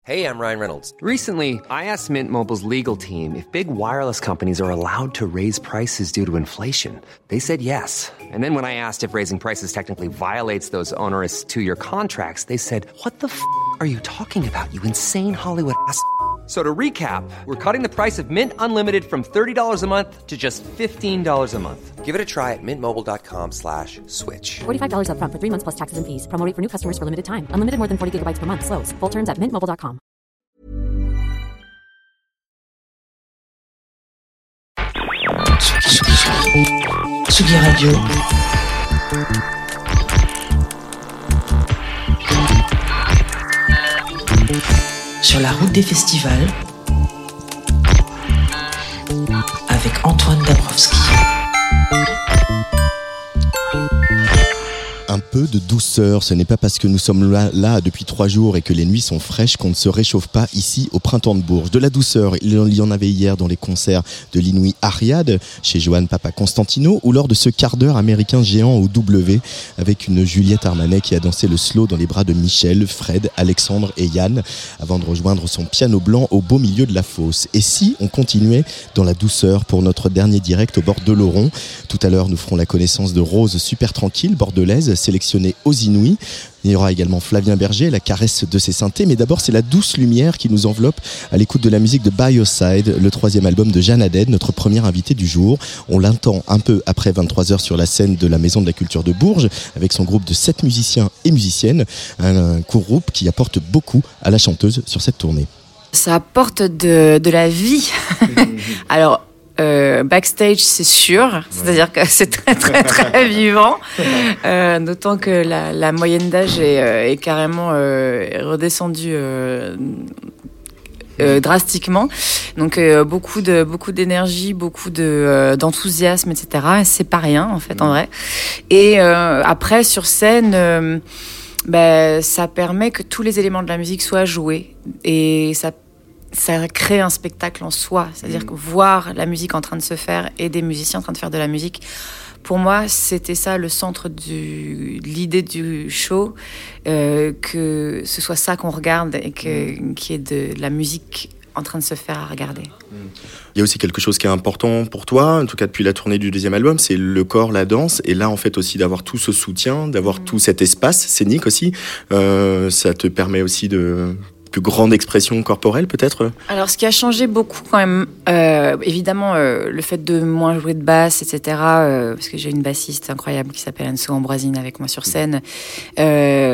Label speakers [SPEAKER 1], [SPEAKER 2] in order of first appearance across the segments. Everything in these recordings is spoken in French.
[SPEAKER 1] Hey, I'm Ryan Reynolds.
[SPEAKER 2] Recently, I asked Mint Mobile's legal team if big wireless companies are allowed to raise prices due to inflation. They said yes. And then when I asked if raising prices technically violates those onerous two-year contracts, they said, "What the f*** are you talking about, you insane Hollywood ass?" So to recap, we're cutting the price of Mint Unlimited from $30 a month to just $15 a month.
[SPEAKER 1] Give it a try at mintmobile.com/switch.
[SPEAKER 3] $45 up front for 3 months plus taxes and fees. Promo rate for new customers for limited time. Unlimited more than 40 gigabytes per month. Slows full terms at mintmobile.com.
[SPEAKER 4] Tsugi Radio. Sur la route des festivals avec Antoine Dabrowski.
[SPEAKER 5] Un peu de douceur, ce n'est pas parce que nous sommes là depuis 3 jours et que les nuits sont fraîches qu'on ne se réchauffe pas ici au printemps de Bourges. De la douceur, il y en avait hier dans les concerts de l'Inouï Ariad chez Johan Papa Constantino ou lors de ce quart d'heure américain géant au W avec une Juliette Armanet qui a dansé le slow dans les bras de Michel, Fred, Alexandre et Yann avant de rejoindre son piano blanc au beau milieu de la fosse. Et si on continuait dans la douceur pour notre dernier direct au bord de l'Oron? Tout à l'heure, nous ferons la connaissance de Rose super tranquille, bordelaise, sélectionnée aux Inouïs. Il y aura également Flavien Berger, la caresse de ses synthés, mais d'abord c'est la douce lumière qui nous enveloppe à l'écoute de la musique de By Your Side, le 3e album de Jeanne Haddad, notre première invitée du jour. On l'entend un peu après 23h sur la scène de la Maison de la Culture de Bourges, avec son groupe de 7 musiciens et musiciennes, un groupe qui apporte beaucoup à la chanteuse sur cette tournée.
[SPEAKER 6] Ça apporte de la vie. Alors, backstage, c'est sûr, c'est-à-dire que c'est très très très vivant, d'autant que la moyenne d'âge est carrément redescendue drastiquement, donc beaucoup d'énergie, beaucoup d'enthousiasme, etc. Et c'est pas rien en fait en vrai. Et après sur scène, ça permet que tous les éléments de la musique soient joués et ça crée un spectacle en soi, c'est-à-dire que voir la musique en train de se faire et des musiciens en train de faire de la musique, pour moi, c'était ça le centre de l'idée du show, que ce soit ça qu'on regarde et qu'il y ait de la musique en train de se faire à regarder.
[SPEAKER 5] Il y a aussi quelque chose qui est important pour toi, en tout cas depuis la tournée du 2e album, c'est le corps, la danse, et là en fait aussi d'avoir tout ce soutien, d'avoir tout cet espace scénique aussi, ça te permet aussi de plus grande expression corporelle peut-être?
[SPEAKER 6] Alors ce qui a changé beaucoup quand même, évidemment le fait de moins jouer de basse, etc. Parce que j'ai une bassiste incroyable qui s'appelle Anso Ambroisine avec moi sur scène, ça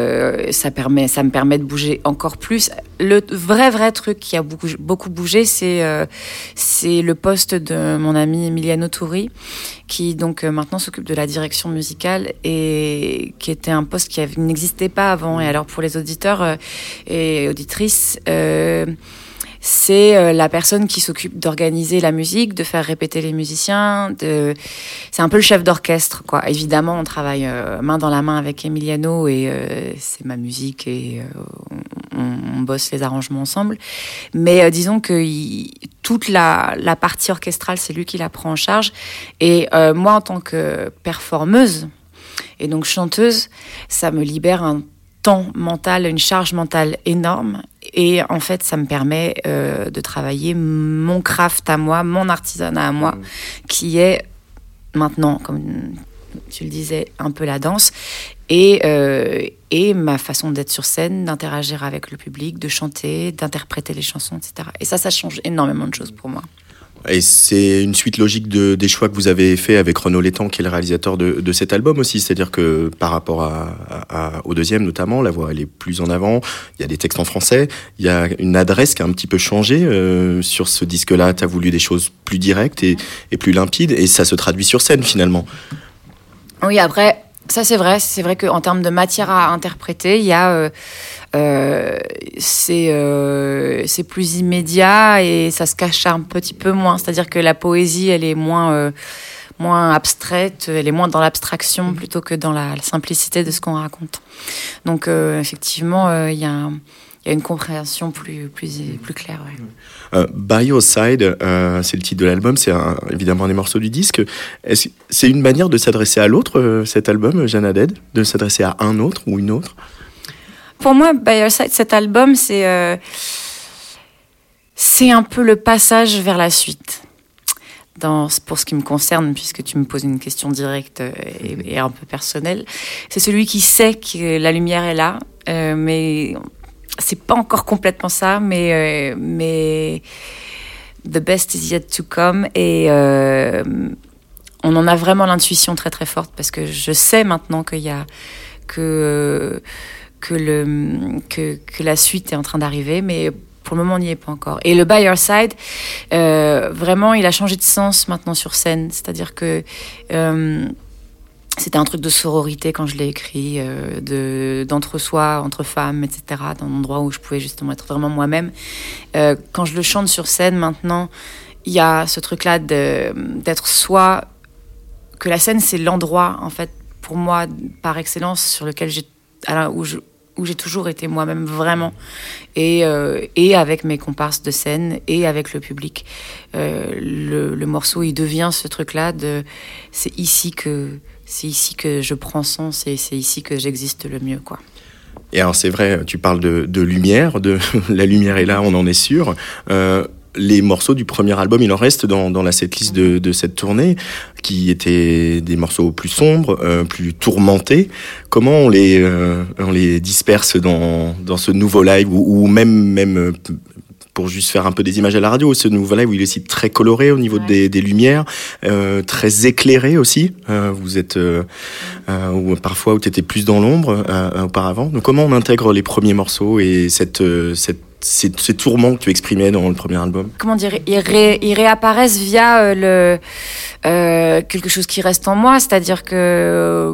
[SPEAKER 6] me permet de bouger encore plus. Le vrai truc qui a beaucoup bougé, c'est le poste de mon ami Emiliano Turri, qui donc maintenant s'occupe de la direction musicale et qui était un poste qui n'existait pas avant. Et alors pour les auditeurs et auditrices, c'est la personne qui s'occupe d'organiser la musique, de faire répéter les musiciens, c'est un peu le chef d'orchestre, quoi. Évidemment, on travaille main dans la main avec Emiliano et c'est ma musique et on bosse les arrangements ensemble. Mais disons que toute la partie orchestrale, c'est lui qui la prend en charge. Et moi, en tant que performeuse et donc chanteuse, ça me libère un temps mental, une charge mentale énorme. Et en fait, ça me permet de travailler mon craft à moi, mon artisanat à moi, qui est maintenant, comme tu le disais, un peu la danse. Et ma façon d'être sur scène, d'interagir avec le public, de chanter, d'interpréter les chansons, etc. Et ça change énormément de choses pour moi.
[SPEAKER 5] Et c'est une suite logique des choix que vous avez fait avec Renaud Létang, qui est le réalisateur de cet album aussi. C'est-à-dire que par rapport au 2e notamment, la voix elle est plus en avant. Il y a des textes en français. Il y a une adresse qui a un petit peu changé sur ce disque-là. Tu as voulu des choses plus directes et plus limpides. Et ça se traduit sur scène finalement.
[SPEAKER 6] Oui, après, ça c'est vrai. C'est vrai qu'en termes de matière à interpréter, il y a... c'est plus immédiat et ça se cache un petit peu moins. C'est-à-dire que la poésie, elle est moins abstraite, elle est moins dans l'abstraction plutôt que dans la simplicité de ce qu'on raconte. Donc effectivement, il y a une compréhension plus claire. Ouais.
[SPEAKER 5] By Your Side, c'est le titre de l'album, c'est évidemment un des morceaux du disque. C'est une manière de s'adresser à l'autre, cet album, Jeanne Haddad, de s'adresser à un autre ou une autre?
[SPEAKER 6] Pour moi, By Your Side, cet album, c'est c'est un peu le passage vers la suite. Pour ce qui me concerne, puisque tu me poses une question directe et un peu personnelle, c'est celui qui sait que la lumière est là, mais c'est pas encore complètement ça, mais the best is yet to come, et on en a vraiment l'intuition très très forte, parce que je sais maintenant qu'il y a que la suite est en train d'arriver, mais pour le moment, on n'y est pas encore. Et le By Your Side, vraiment, il a changé de sens maintenant sur scène. C'est-à-dire que c'était un truc de sororité quand je l'ai écrit, d'entre-soi, entre femmes, etc., dans un endroit où je pouvais justement être vraiment moi-même. Quand je le chante sur scène, maintenant, il y a ce truc-là d'être soi, que la scène, c'est l'endroit, en fait, pour moi, par excellence, sur lequel où j'ai toujours été moi-même vraiment, et avec mes comparses de scène et avec le public. Le morceau, il devient ce truc-là c'est ici que je prends sens, et c'est ici que j'existe le mieux, quoi.
[SPEAKER 5] Et alors c'est vrai, tu parles de lumière, la lumière est là, on en est sûr. Les morceaux du premier album, il en reste dans la setlist de cette tournée, qui étaient des morceaux plus sombres, plus tourmentés. Comment on les disperse dans ce nouveau live, ou même pour juste faire un peu des images à la radio, ce nouveau live où il est aussi très coloré au niveau des lumières, très éclairé aussi. Vous êtes ou parfois où tu étais plus dans l'ombre auparavant. Donc comment on intègre les premiers morceaux et ces tourments que tu exprimais dans le premier album? Comment dire,
[SPEAKER 6] ils réapparaissent via quelque chose qui reste en moi, c'est-à-dire que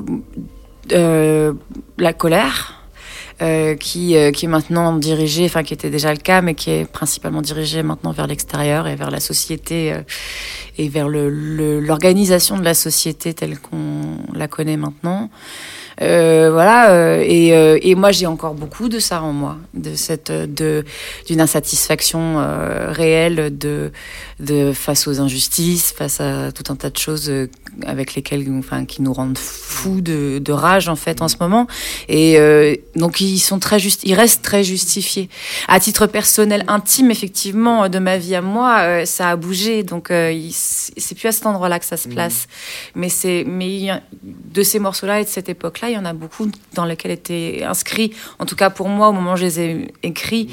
[SPEAKER 6] la colère, qui est maintenant dirigée, enfin qui était déjà le cas, mais qui est principalement dirigée maintenant vers l'extérieur et vers la société et vers l'organisation de la société telle qu'on la connaît maintenant. Et moi j'ai encore beaucoup de ça en moi, d'une insatisfaction réelle face aux injustices, face à tout un tas de choses avec lesquelles, qui nous rendent fous de rage en fait en ce moment. Et donc ils restent très justifiés. À titre personnel, intime, effectivement, de ma vie à moi, ça a bougé, donc c'est plus à cet endroit-là que ça se place. Mais de ces morceaux-là et de cette époque-là, il y en a beaucoup dans lesquels était inscrit, en tout cas pour moi, au moment où je les ai écrits,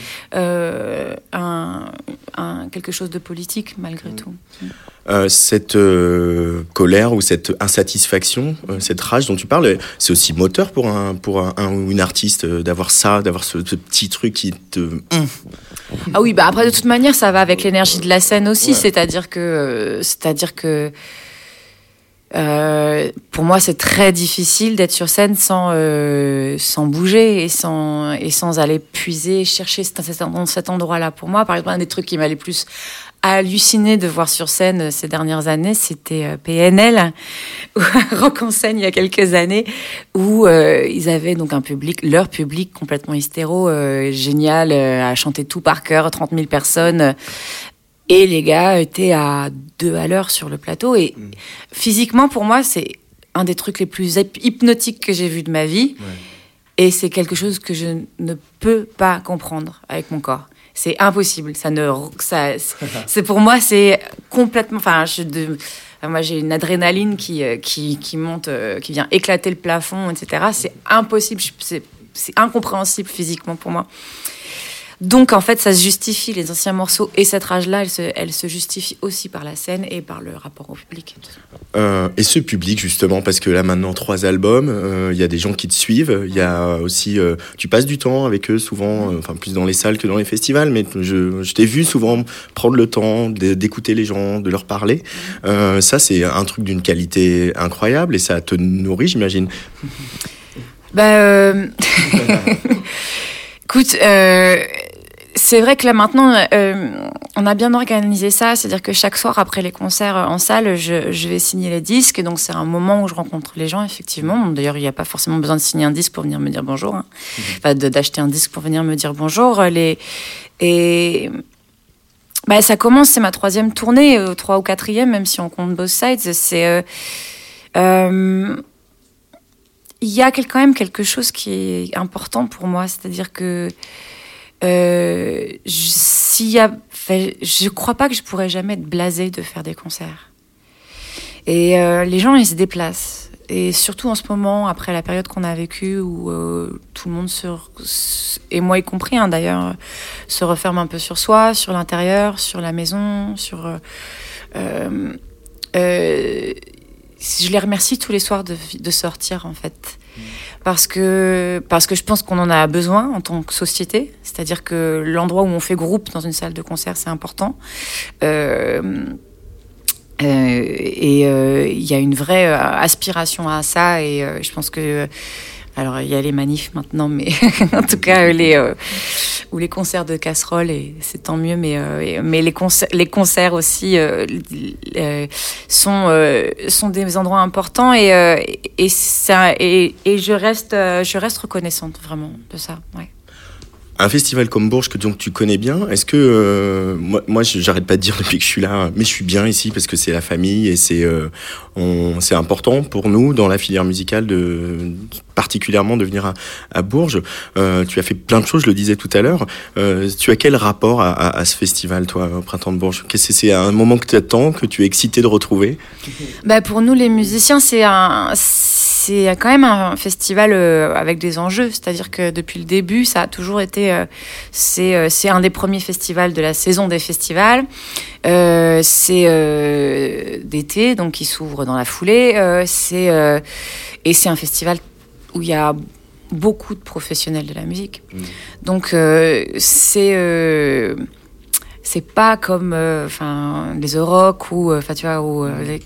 [SPEAKER 6] quelque chose de politique, malgré tout.
[SPEAKER 5] Cette colère ou cette insatisfaction, cette rage dont tu parles, c'est aussi moteur pour un ou une artiste d'avoir ce petit truc qui te...
[SPEAKER 6] Ah oui, après de toute manière ça va avec l'énergie de la scène aussi, ouais. C'est-à-dire que pour moi c'est très difficile d'être sur scène sans bouger et sans aller puiser, chercher cet endroit-là. Pour moi, par exemple, un des trucs qui m'a le plus halluciné de voir sur scène ces dernières années, c'était PNL, Rock en scène il y a quelques années, où ils avaient donc leur public complètement hystéro, génial, à chanter tout par cœur, 30 000 personnes. Et les gars étaient à 2 à l'heure sur le plateau. Et physiquement, pour moi, c'est un des trucs les plus hypnotiques que j'ai vu de ma vie. Ouais. Et c'est quelque chose que je ne peux pas comprendre avec mon corps. C'est impossible. C'est pour moi, c'est complètement... moi, j'ai une adrénaline qui monte, qui vient éclater le plafond, etc. C'est impossible. C'est incompréhensible physiquement pour moi. Donc, en fait, ça se justifie. Les anciens morceaux et cette rage-là, elle se justifie aussi par la scène et par le rapport au public.
[SPEAKER 5] Et ce public, justement, parce que là, maintenant, 3 albums, il y a des gens qui te suivent. Il y a aussi... tu passes du temps avec eux, souvent, plus dans les salles que dans les festivals, mais je t'ai vu souvent prendre le temps d'écouter les gens, de leur parler. Ça, c'est un truc d'une qualité incroyable et ça te nourrit, j'imagine.
[SPEAKER 6] Écoute... c'est vrai que là maintenant, on a bien organisé ça, c'est-à-dire que chaque soir après les concerts en salle, je vais signer les disques, donc c'est un moment où je rencontre les gens, effectivement. D'ailleurs, il n'y a pas forcément besoin de signer un disque pour venir me dire bonjour, hein. D'acheter un disque pour venir me dire bonjour. Ça commence, c'est ma 3e tournée, 3 ou 4e, même si on compte Both Sides. Il y a quand même quelque chose qui est important pour moi, c'est-à-dire que si je crois pas que je pourrais jamais être blasée de faire des concerts. Et les gens, ils se déplacent. Et surtout en ce moment, après la période qu'on a vécue, où tout le monde, et moi y compris d'ailleurs, se referme un peu sur soi, sur l'intérieur, sur la maison, sur... je les remercie tous les soirs de sortir, en fait. Parce que je pense qu'on en a besoin en tant que société. C'est-à-dire que l'endroit où on fait groupe dans une salle de concert, c'est important. Et il y a une vraie aspiration à ça. Et je pense que... Alors, il y a les manifs maintenant, mais en tout cas, ou les concerts de casseroles, et c'est tant mieux, mais les concerts aussi sont des endroits importants, et je reste reconnaissante vraiment de ça, ouais.
[SPEAKER 5] Un festival comme Bourges que donc tu connais bien, est-ce que moi j'arrête pas de dire depuis que je suis là, mais je suis bien ici parce que c'est la famille et c'est important pour nous dans la filière musicale particulièrement de venir à Bourges. Tu as fait plein de choses, je le disais tout à l'heure. Tu as quel rapport à ce festival, toi, au Printemps de Bourges? C'est un moment que tu attends, que tu es excité de retrouver?
[SPEAKER 6] Pour nous les musiciens, c'est quand même un festival avec des enjeux. C'est-à-dire que depuis le début, ça a toujours été... c'est un des premiers festivals de la saison des festivals. C'est d'été, donc qui s'ouvre dans la foulée. Et c'est un festival où il y a beaucoup de professionnels de la musique. Donc, c'est pas comme les Euroc ou tu vois, ou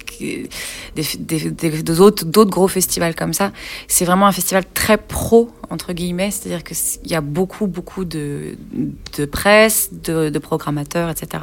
[SPEAKER 6] d'autres gros festivals comme ça. C'est vraiment un festival très pro entre guillemets, c'est-à-dire que il y a beaucoup de presse, de programmateurs, etc.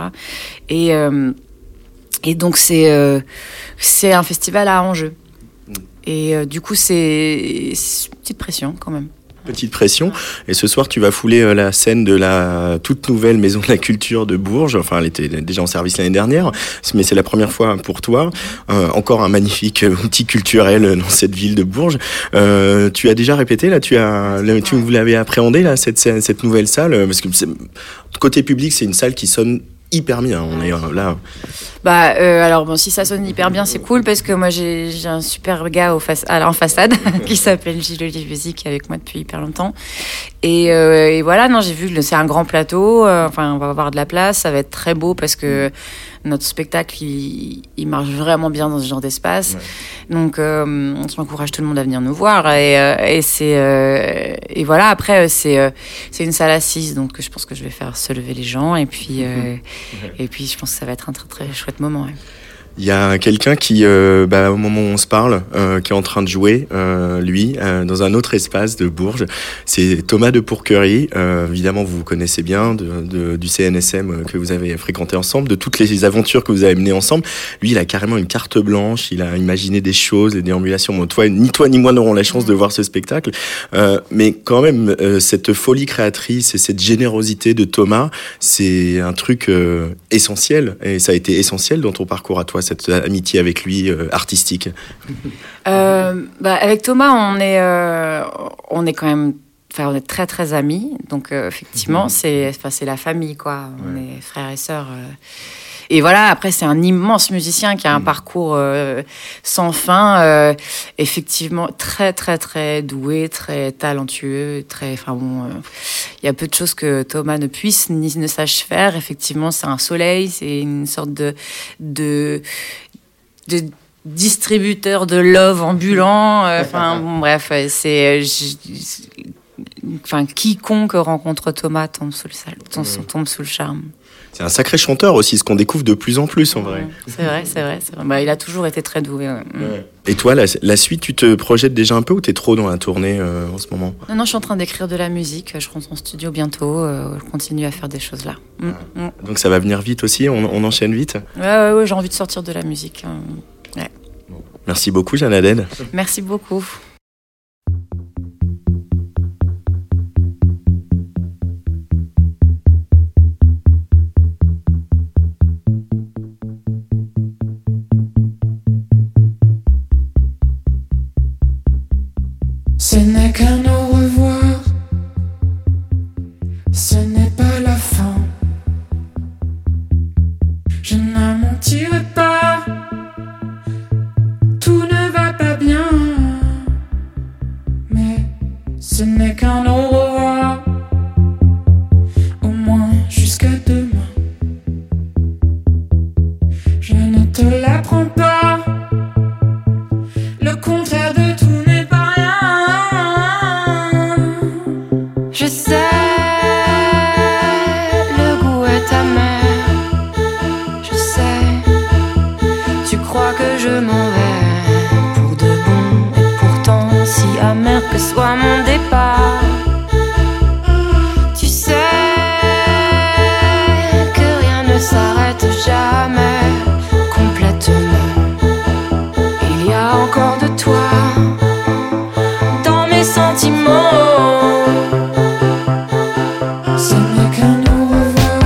[SPEAKER 6] Et donc c'est un festival à enjeu. Et du coup c'est une petite pression quand même.
[SPEAKER 5] Petite pression. Et ce soir, tu vas fouler la scène de la toute nouvelle Maison de la Culture de Bourges. Enfin, elle était déjà en service l'année dernière, mais c'est la première fois pour toi. Encore un magnifique outil culturel dans cette ville de Bourges. Tu as déjà répété, là, tu l'avais appréhendé, là, cette nouvelle salle, parce que côté public, c'est une salle qui sonne hyper bien. On est là.
[SPEAKER 6] Alors bon, si ça sonne hyper bien, c'est cool parce que moi j'ai un super gars en façade qui s'appelle Gilles Olivier, qui est avec moi depuis hyper longtemps. Et voilà, non, j'ai vu que c'est un grand plateau. On va avoir de la place, ça va être très beau parce que notre spectacle il marche vraiment bien dans ce genre d'espace. Ouais. Donc j'encourage tout le monde à venir nous voir et voilà. Après c'est une salle assise, donc je pense que je vais faire se lever les gens et puis je pense que ça va être un très très chouette moment. Ouais.
[SPEAKER 5] Il y a quelqu'un qui, au moment où on se parle, qui est en train de jouer, dans un autre espace de Bourges. C'est Thomas de Pourquerie. Évidemment, vous vous connaissez bien du CNSM que vous avez fréquenté ensemble, de toutes les aventures que vous avez menées ensemble. Lui, il a carrément une carte blanche. Il a imaginé des choses, des déambulations. Bon, ni toi ni moi n'aurons la chance de voir ce spectacle. Mais quand même, cette folie créatrice et cette générosité de Thomas, c'est un truc essentiel. Et ça a été essentiel dans ton parcours à toi, cette amitié avec lui artistique.
[SPEAKER 6] Avec Thomas, on est quand même, on est très très amis, donc effectivement c'est la famille quoi. On est frères et sœurs. Et voilà, après c'est un immense musicien qui a un parcours sans fin, effectivement très très très doué, très talentueux, il y a peu de choses que Thomas ne puisse ni ne sache faire. Effectivement, c'est un soleil, c'est une sorte de distributeur de love ambulant. Quiconque rencontre Thomas tombe sous le charme.
[SPEAKER 5] C'est un sacré chanteur aussi, ce qu'on découvre de plus en plus en vrai.
[SPEAKER 6] C'est vrai. Il a toujours été très doué. Ouais.
[SPEAKER 5] Et toi, la suite, tu te projettes déjà un peu ou t'es trop dans la tournée en ce moment?
[SPEAKER 6] Non, je suis en train d'écrire de la musique. Je rentre en studio bientôt. Je continue à faire des choses là.
[SPEAKER 5] Donc ça va venir vite aussi, on enchaîne vite?
[SPEAKER 6] Ouais, j'ai envie de sortir de la musique. Ouais.
[SPEAKER 5] Merci beaucoup, Jeanne Adèle.
[SPEAKER 6] Merci beaucoup.
[SPEAKER 7] Ce n'est qu'un au revoir, ce n'est pas la fin. mentirez pas, tout ne va pas bien, mais ce n'est qu'un au revoir, au moins jusqu'à demain. Je ne te l'apprends pas, le contraire de tout n'est pas rien.
[SPEAKER 8] Je sais, le goût est amer. Je sais, tu crois que je m'en vais pour de bon, et pourtant si amer que soit mon départ. Tu sais que rien ne s'arrête jamais complètement. Il y a encore de toi dans mes sentiments.
[SPEAKER 7] Ce n'est qu'un au revoir,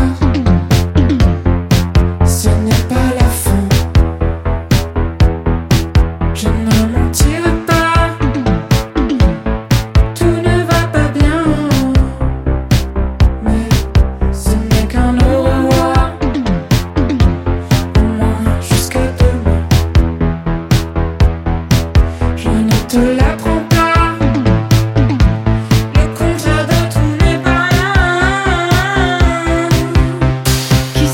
[SPEAKER 7] ce n'est pas la fin. Je ne mentirai pas, tout ne va pas bien, mais ce n'est qu'un au revoir, au moins jusqu'à demain. Je ne te l'apprends pas, le contraire de tout n'est pas rien.
[SPEAKER 8] Qui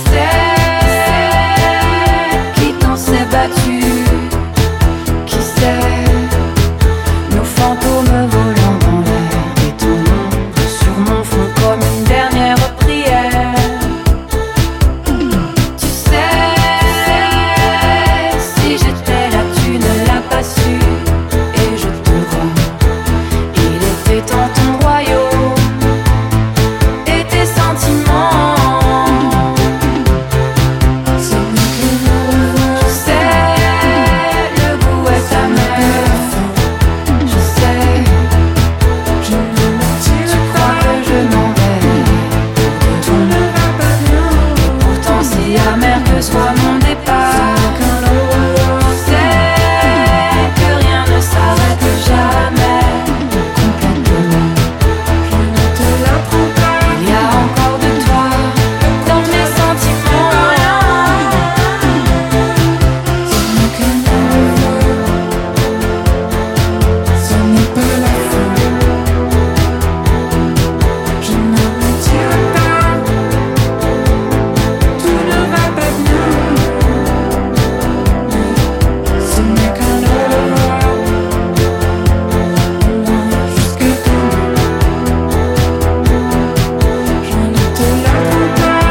[SPEAKER 8] sait qui t'en s'est battu? Qui sait nos fantômes volant dans l'air et ton ombre sur mon front comme une dernière prière. Tu sais, si j'étais là tu ne l'as pas su et je te rends. Il était en ton royaume et tes sentiments.
[SPEAKER 7] Ce n'est qu'un au revoir,
[SPEAKER 8] Je sais, le goût est amer. Je sais,
[SPEAKER 7] je ne
[SPEAKER 8] tu
[SPEAKER 7] mentirai
[SPEAKER 8] crois
[SPEAKER 7] pas,
[SPEAKER 8] que je m'en vais.
[SPEAKER 7] tout ne va pas bien.
[SPEAKER 8] Pourtant si amer que soit mon départ.
[SPEAKER 7] Qu'un au revoir,
[SPEAKER 8] Je sais que rien ne s'arrête jamais complètement.
[SPEAKER 7] je ne te l'apprends pas,
[SPEAKER 8] Il y a encore de toi dans mes sentiments.
[SPEAKER 7] ce n'est qu'un au revoir, ce n'est pas la fin. Je ne mentirai pas, tout ne va pas bien, mais ce n'est qu'un au revoir, au moins jusqu'à demain. Je ne te l'apprends pas,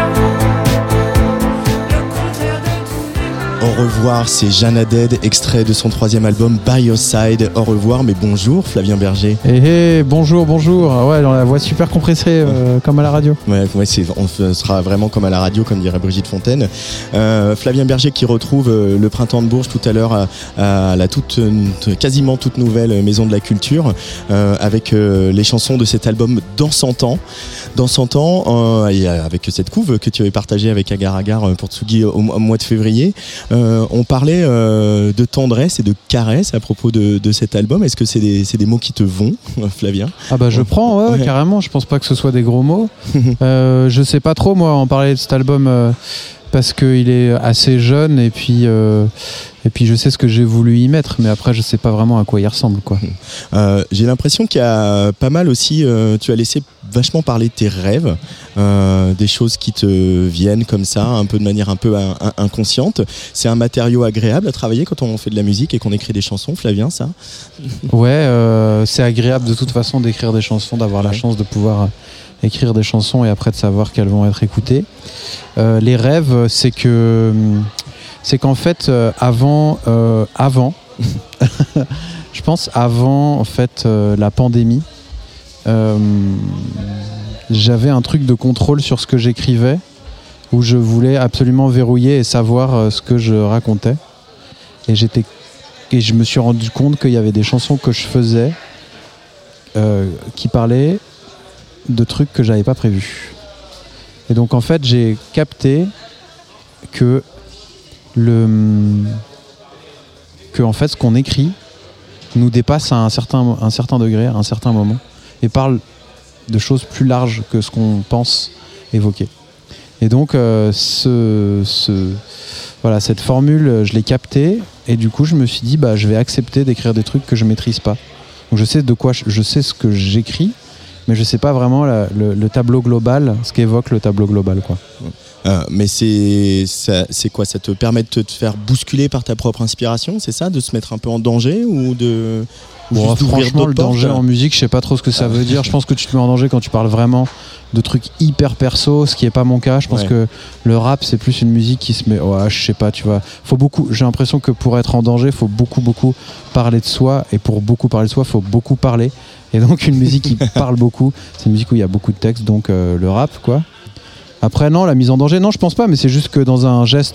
[SPEAKER 7] le contraire de tout n'est pas.
[SPEAKER 5] Au revoir, c'est Jeanne Haddad, extrait de son 3e album By Your Side. Au revoir, mais bonjour Flavien Berger.
[SPEAKER 9] Bonjour. Ouais, dans la voix super compressée, comme à la radio.
[SPEAKER 5] Ouais, on sera vraiment comme à la radio, comme dirait Brigitte Fontaine. Flavien Berger qui retrouve le Printemps de Bourges tout à l'heure à la quasiment toute nouvelle Maison de la Culture, avec les chansons de cet album Dans 100 ans. Dans 100 ans, et avec cette couve que tu avais partagée avec Agar Agar pour Tsugi au mois de février. On parlait de tendresse et de caresse à propos de cet album. Est-ce que c'est des mots qui te vont, Flavien?
[SPEAKER 9] Ah bah je prends, ouais, carrément. Je pense pas que ce soit des gros mots. Je sais pas trop, moi, en parler de cet album parce qu'il est assez jeune et puis je sais ce que j'ai voulu y mettre, mais après je sais pas vraiment à quoi il ressemble, quoi.
[SPEAKER 5] J'ai l'impression qu'il y a pas mal aussi, tu as laissé vachement parler de tes rêves, des choses qui te viennent comme ça, un peu de manière un peu inconsciente. C'est un matériau agréable à travailler quand on fait de la musique et qu'on écrit des chansons, Flavien, ça?
[SPEAKER 9] Ouais, c'est agréable de toute façon d'écrire des chansons, d'avoir la chance de pouvoir écrire des chansons et après de savoir qu'elles vont être écoutées. Les rêves, c'est qu'en fait avant je pense avant en fait la pandémie, j'avais un truc de contrôle sur ce que j'écrivais, où je voulais absolument verrouiller et savoir ce que je racontais, et je me suis rendu compte qu'il y avait des chansons que je faisais qui parlaient de trucs que j'avais pas prévus. Et donc en fait j'ai capté que en fait ce qu'on écrit nous dépasse à un certain degré, à un certain moment, et parle de choses plus larges que ce qu'on pense évoquer. Et donc Voilà, cette formule, je l'ai captée et du coup, je me suis dit, je vais accepter d'écrire des trucs que je maîtrise pas. Donc je sais je sais ce que j'écris, mais je sais pas vraiment le tableau global, ce qu'évoque le tableau global, quoi.
[SPEAKER 5] Mais c'est quoi? Ça te permet de te faire bousculer par ta propre inspiration, c'est ça? De se mettre un peu en danger ou de...
[SPEAKER 9] Bon, franchement, le danger en musique, je sais pas trop ce que ça veut dire. Je pense que tu te mets en danger quand tu parles vraiment de trucs hyper perso, ce qui est pas mon cas. Je pense que le rap, c'est plus une musique qui se met... je sais pas, tu vois. J'ai l'impression que pour être en danger, il faut beaucoup parler de soi. Et pour beaucoup parler de soi, il faut beaucoup parler. Et donc, une musique qui parle beaucoup, c'est une musique où il y a beaucoup de textes. Donc, le rap, quoi. Après, non, la mise en danger, non, je pense pas. Mais c'est juste que dans un geste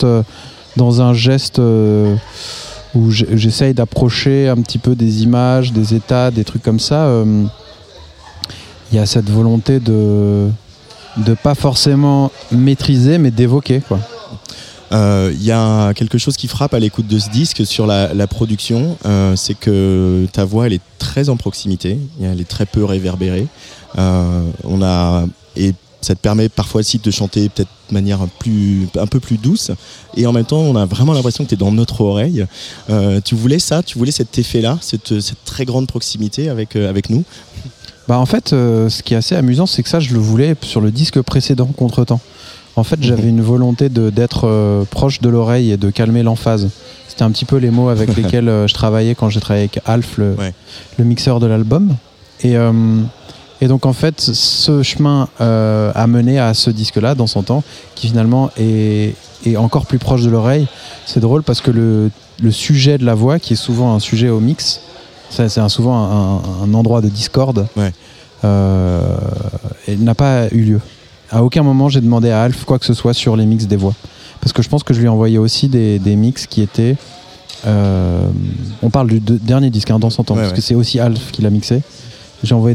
[SPEAKER 9] où j'essaye d'approcher un petit peu des images, des états, des trucs comme ça, il y a cette volonté de pas forcément maîtriser, mais d'évoquer, quoi.
[SPEAKER 5] Y a quelque chose qui frappe à l'écoute de ce disque sur la production, c'est que ta voix, elle est très en proximité, elle est très peu réverbérée. Et ça te permet parfois aussi de chanter peut-être de manière un peu plus douce, et en même temps on a vraiment l'impression que tu es dans notre oreille. Tu voulais cet effet-là, cette très grande proximité avec nous?
[SPEAKER 9] En fait, ce qui est assez amusant, c'est que ça, je le voulais sur le disque précédent, Contretemps. En fait, j'avais une volonté d'être proche de l'oreille et de calmer l'emphase. C'était un petit peu les mots avec lesquels je travaillais quand j'ai travaillé avec Alf, le mixeur de l'album. Et donc en fait, ce chemin a mené à ce disque-là, Dans son temps, qui finalement est encore plus proche de l'oreille. C'est drôle parce que le sujet de la voix, qui est souvent un sujet au mix, c'est souvent un endroit de discorde, n'a pas eu lieu. À aucun moment j'ai demandé à Alf quoi que ce soit sur les mix des voix. Parce que je pense que je lui ai envoyé aussi des mix qui étaient... on parle du dernier disque, Dans son temps, parce que c'est aussi Alf qui l'a mixé. J'ai envoyé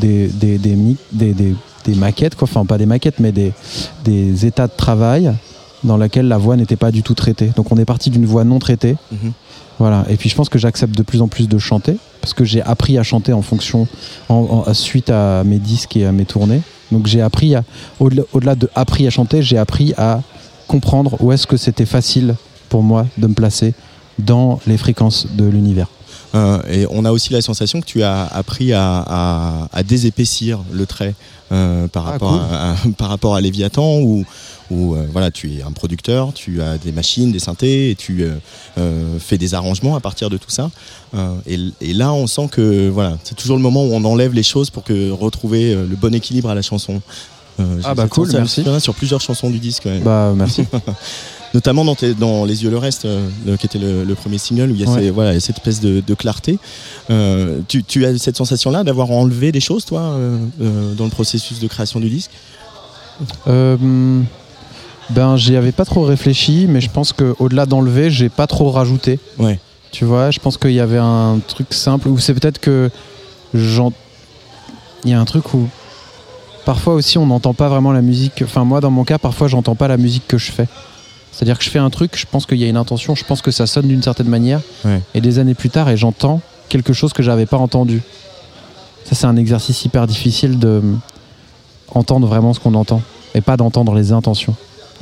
[SPEAKER 9] des maquettes, quoi. Enfin pas des maquettes, mais des états de travail dans lesquels la voix n'était pas du tout traitée. Donc on est parti d'une voix non traitée. Voilà. Et puis je pense que j'accepte de plus en plus de chanter, parce que j'ai appris à chanter en fonction, suite à mes disques et à mes tournées. Donc j'ai appris au-delà de appris à chanter, j'ai appris à comprendre où est-ce que c'était facile pour moi de me placer dans les fréquences de l'univers.
[SPEAKER 5] Et on a aussi la sensation que tu as appris à désépaissir le trait par rapport à Léviathan, où voilà, tu es un producteur, tu as des machines, des synthés, et tu fais des arrangements à partir de tout ça. Et là, on sent que voilà, c'est toujours le moment où on enlève les choses pour retrouver le bon équilibre à la chanson.
[SPEAKER 9] Cool, merci.
[SPEAKER 5] Sur plusieurs chansons du disque.
[SPEAKER 9] Merci.
[SPEAKER 5] Notamment dans Les Yeux le Reste, qui était le premier single, où il y a cette espèce de clarté. Tu as cette sensation-là d'avoir enlevé des choses, toi, dans le processus de création du disque?
[SPEAKER 9] J'y avais pas trop réfléchi, mais je pense qu'au-delà d'enlever, j'ai pas trop rajouté. Tu vois, je pense qu'il y avait un truc simple, ou c'est peut-être que il y a un truc où parfois aussi on n'entend pas vraiment la musique. Enfin, moi dans mon cas, parfois j'entends pas la musique que je fais. C'est-à-dire que je fais un truc, je pense qu'il y a une intention, je pense que ça sonne d'une certaine manière, et des années plus tard, et j'entends quelque chose que j'avais pas entendu. Ça, c'est un exercice hyper difficile de entendre vraiment ce qu'on entend, et pas d'entendre les intentions.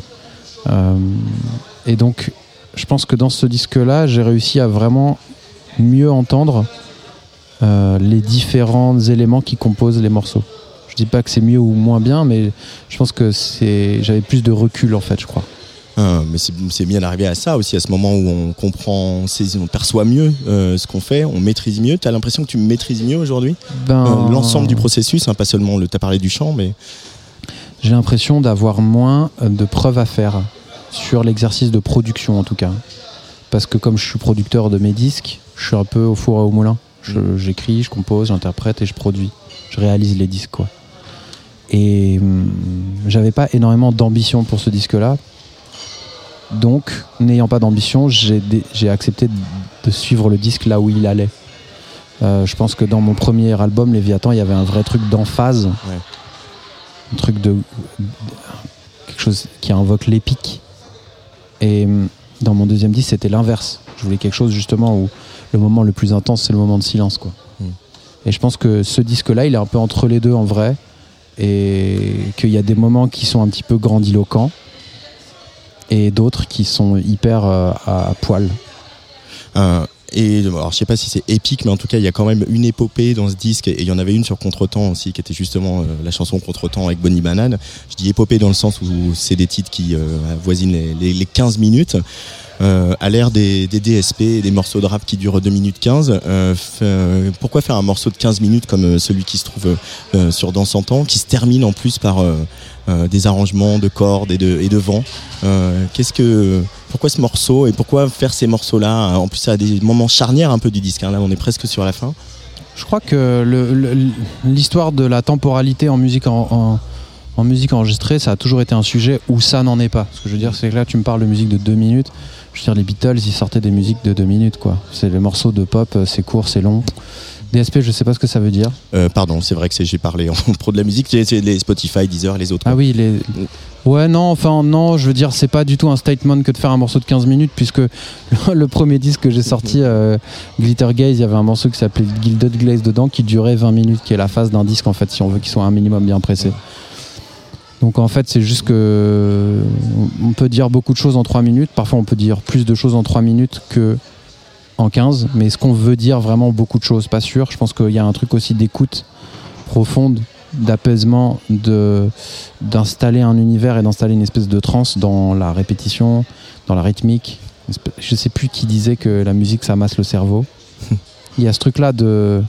[SPEAKER 9] Et donc, je pense que dans ce disque-là, j'ai réussi à vraiment mieux entendre les différents éléments qui composent les morceaux. Je dis pas que c'est mieux ou moins bien, mais je pense que j'avais plus de recul, en fait, je crois.
[SPEAKER 5] Mais c'est bien d'arriver à ça aussi, à ce moment où on comprend, on perçoit mieux ce qu'on fait, on maîtrise mieux. Tu as l'impression que tu maîtrises mieux aujourd'hui l'ensemble du processus, pas seulement tu as parlé du chant, mais...
[SPEAKER 9] J'ai l'impression d'avoir moins de preuves à faire sur l'exercice de production, en tout cas. Parce que comme je suis producteur de mes disques, je suis un peu au four et au moulin. J'écris, je compose, j'interprète et je produis. Je réalise les disques, quoi. Et j'avais pas énormément d'ambition pour ce disque-là. Donc, n'ayant pas d'ambition, j'ai accepté de suivre le disque là où il allait. Je pense que dans mon premier album, Léviathan, il y avait un vrai truc d'emphase. Un truc quelque chose qui invoque l'épique. Et dans mon deuxième disque, c'était l'inverse. Je voulais quelque chose justement où le moment le plus intense, c'est le moment de silence, quoi. Et je pense que ce disque-là, il est un peu entre les deux en vrai. Et qu'il y a des moments qui sont un petit peu grandiloquents. et d'autres qui sont hyper à poil.
[SPEAKER 5] Et alors je sais pas si c'est épique, mais en tout cas il y a quand même une épopée dans ce disque, et il y en avait une sur Contretemps aussi qui était justement la chanson Contretemps avec Bonnie Banane. Je dis épopée dans le sens où c'est des titres qui avoisinent les 15 minutes. À l'ère des DSP et des morceaux de rap qui durent 2 minutes 15, pourquoi faire un morceau de 15 minutes comme celui qui se trouve sur Dans 100 ans, qui se termine en plus par des arrangements de cordes et de vent? Pourquoi ce morceau, et pourquoi faire ces morceaux-là en plus à des moments charnières un peu du disque, hein? Là on est presque sur la fin.
[SPEAKER 9] Je crois que l'histoire de la temporalité en musique en musique enregistrée, ça a toujours été un sujet où ça n'en est pas. Ce que je veux dire, c'est que là tu me parles de musique de 2 minutes. Je veux dire, les Beatles, ils sortaient des musiques de 2 minutes, quoi. C'est les morceaux de pop, c'est court, c'est long. DSP, je sais pas ce que ça veut dire.
[SPEAKER 5] Pardon, c'est vrai que j'ai parlé en pro de la musique, c'est les Spotify, Deezer, les autres.
[SPEAKER 9] Ah oui, ouais, non, je veux dire, c'est pas du tout un statement que de faire un morceau de 15 minutes, puisque le premier disque que j'ai sorti, Glitter Gaze, il y avait un morceau qui s'appelait Gilded Glaze dedans, qui durait 20 minutes, qui est la phase d'un disque, en fait, si on veut qu'il soit un minimum bien pressé. Donc en fait c'est juste que on peut dire beaucoup de choses en 3 minutes, parfois on peut dire plus de choses en 3 minutes que en 15, mais est-ce qu'on veut dire vraiment beaucoup de choses? Pas sûr. Je pense qu'il y a un truc aussi d'écoute profonde, d'apaisement, d'installer un univers et d'installer une espèce de transe dans la répétition, dans la rythmique. Je sais plus qui disait que la musique ça masse le cerveau. Il y a ce truc là de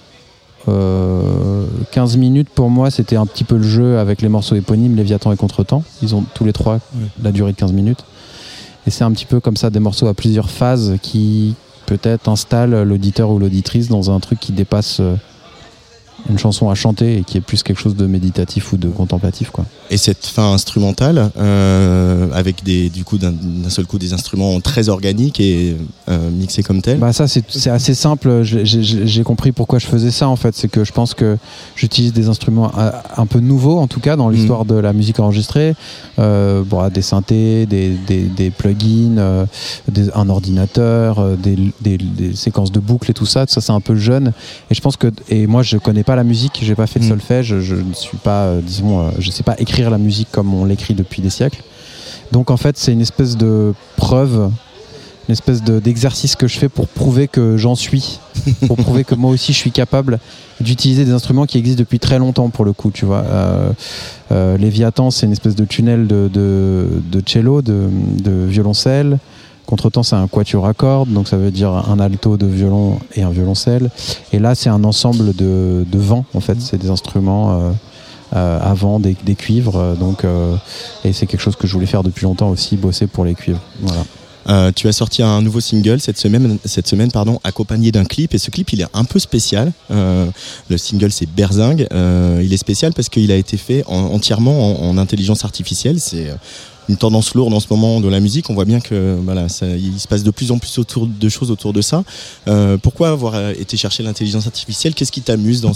[SPEAKER 9] 15 minutes pour moi c'était un petit peu le jeu avec les morceaux éponymes Léviathan et Contretemps, ils ont tous les trois la durée de 15 minutes et c'est un petit peu comme ça des morceaux à plusieurs phases qui peut-être installent l'auditeur ou l'auditrice dans un truc qui dépasse une chanson à chanter et qui est plus quelque chose de méditatif ou de contemplatif, quoi.
[SPEAKER 5] Et cette fin instrumentale avec d'un seul coup des instruments très organiques et mixés comme tel.
[SPEAKER 9] Bah ça c'est assez simple. J'ai compris pourquoi je faisais ça en fait. C'est que je pense que j'utilise des instruments un peu nouveaux en tout cas dans l'histoire de la musique enregistrée. Des synthés, des plugins, un ordinateur, des séquences de boucles et tout ça. Ça c'est un peu jeune. Et je pense que moi je connais pas la musique, j'ai pas fait de solfège, je ne suis pas, je sais pas écrire la musique comme on l'écrit depuis des siècles. Donc en fait, c'est une espèce de preuve, une espèce d'exercice que je fais pour prouver que j'en suis, pour prouver que moi aussi je suis capable d'utiliser des instruments qui existent depuis très longtemps pour le coup, tu vois. Léviathan, c'est une espèce de tunnel de cello, de violoncelle. Contretemps, c'est un quatuor à cordes, donc ça veut dire un alto de violon et un violoncelle. Et là, c'est un ensemble de vents, en fait. C'est des instruments à vent, des cuivres. Et c'est quelque chose que je voulais faire depuis longtemps aussi, bosser pour les cuivres. Voilà.
[SPEAKER 5] Tu as sorti un nouveau single cette semaine, accompagné d'un clip, et ce clip il est un peu spécial. Le single c'est Berzingue. Il est spécial parce qu'il a été fait entièrement en intelligence artificielle. C'est une tendance lourde en ce moment de la musique. On voit bien que il se passe de plus en plus de choses autour de ça. Pourquoi avoir été chercher l'intelligence artificielle? Qu'est-ce qui t'amuse dans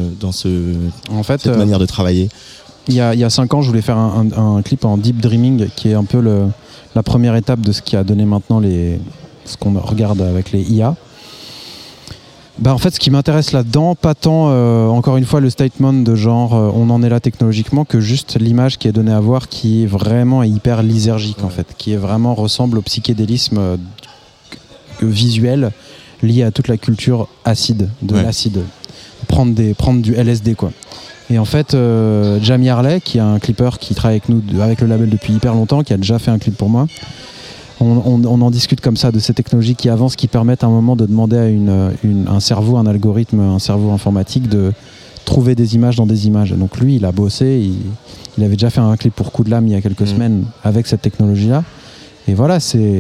[SPEAKER 5] cette manière de travailler?
[SPEAKER 9] Il y a 5 ans, je voulais faire un clip en deep dreaming, qui est un peu la première étape de ce qui a donné maintenant ce qu'on regarde avec les IA. En fait, ce qui m'intéresse là-dedans, pas tant, encore une fois, le statement de genre on en est là technologiquement, que juste l'image qui est donnée à voir, qui est vraiment hyper lysergique, en fait, qui est vraiment ressemble au psychédélisme visuel lié à toute la culture acide, l'acide. Prendre du LSD, quoi. Et en fait, Jamie Harley, qui est un clipper qui travaille avec nous, avec le label depuis hyper longtemps, qui a déjà fait un clip pour moi, on en discute comme ça de ces technologies qui avancent, qui permettent à un moment de demander à un cerveau, un algorithme, un cerveau informatique de trouver des images dans des images. Donc lui, il a bossé, il avait déjà fait un clip pour Coup de Lame il y a quelques semaines avec cette technologie-là. Et voilà,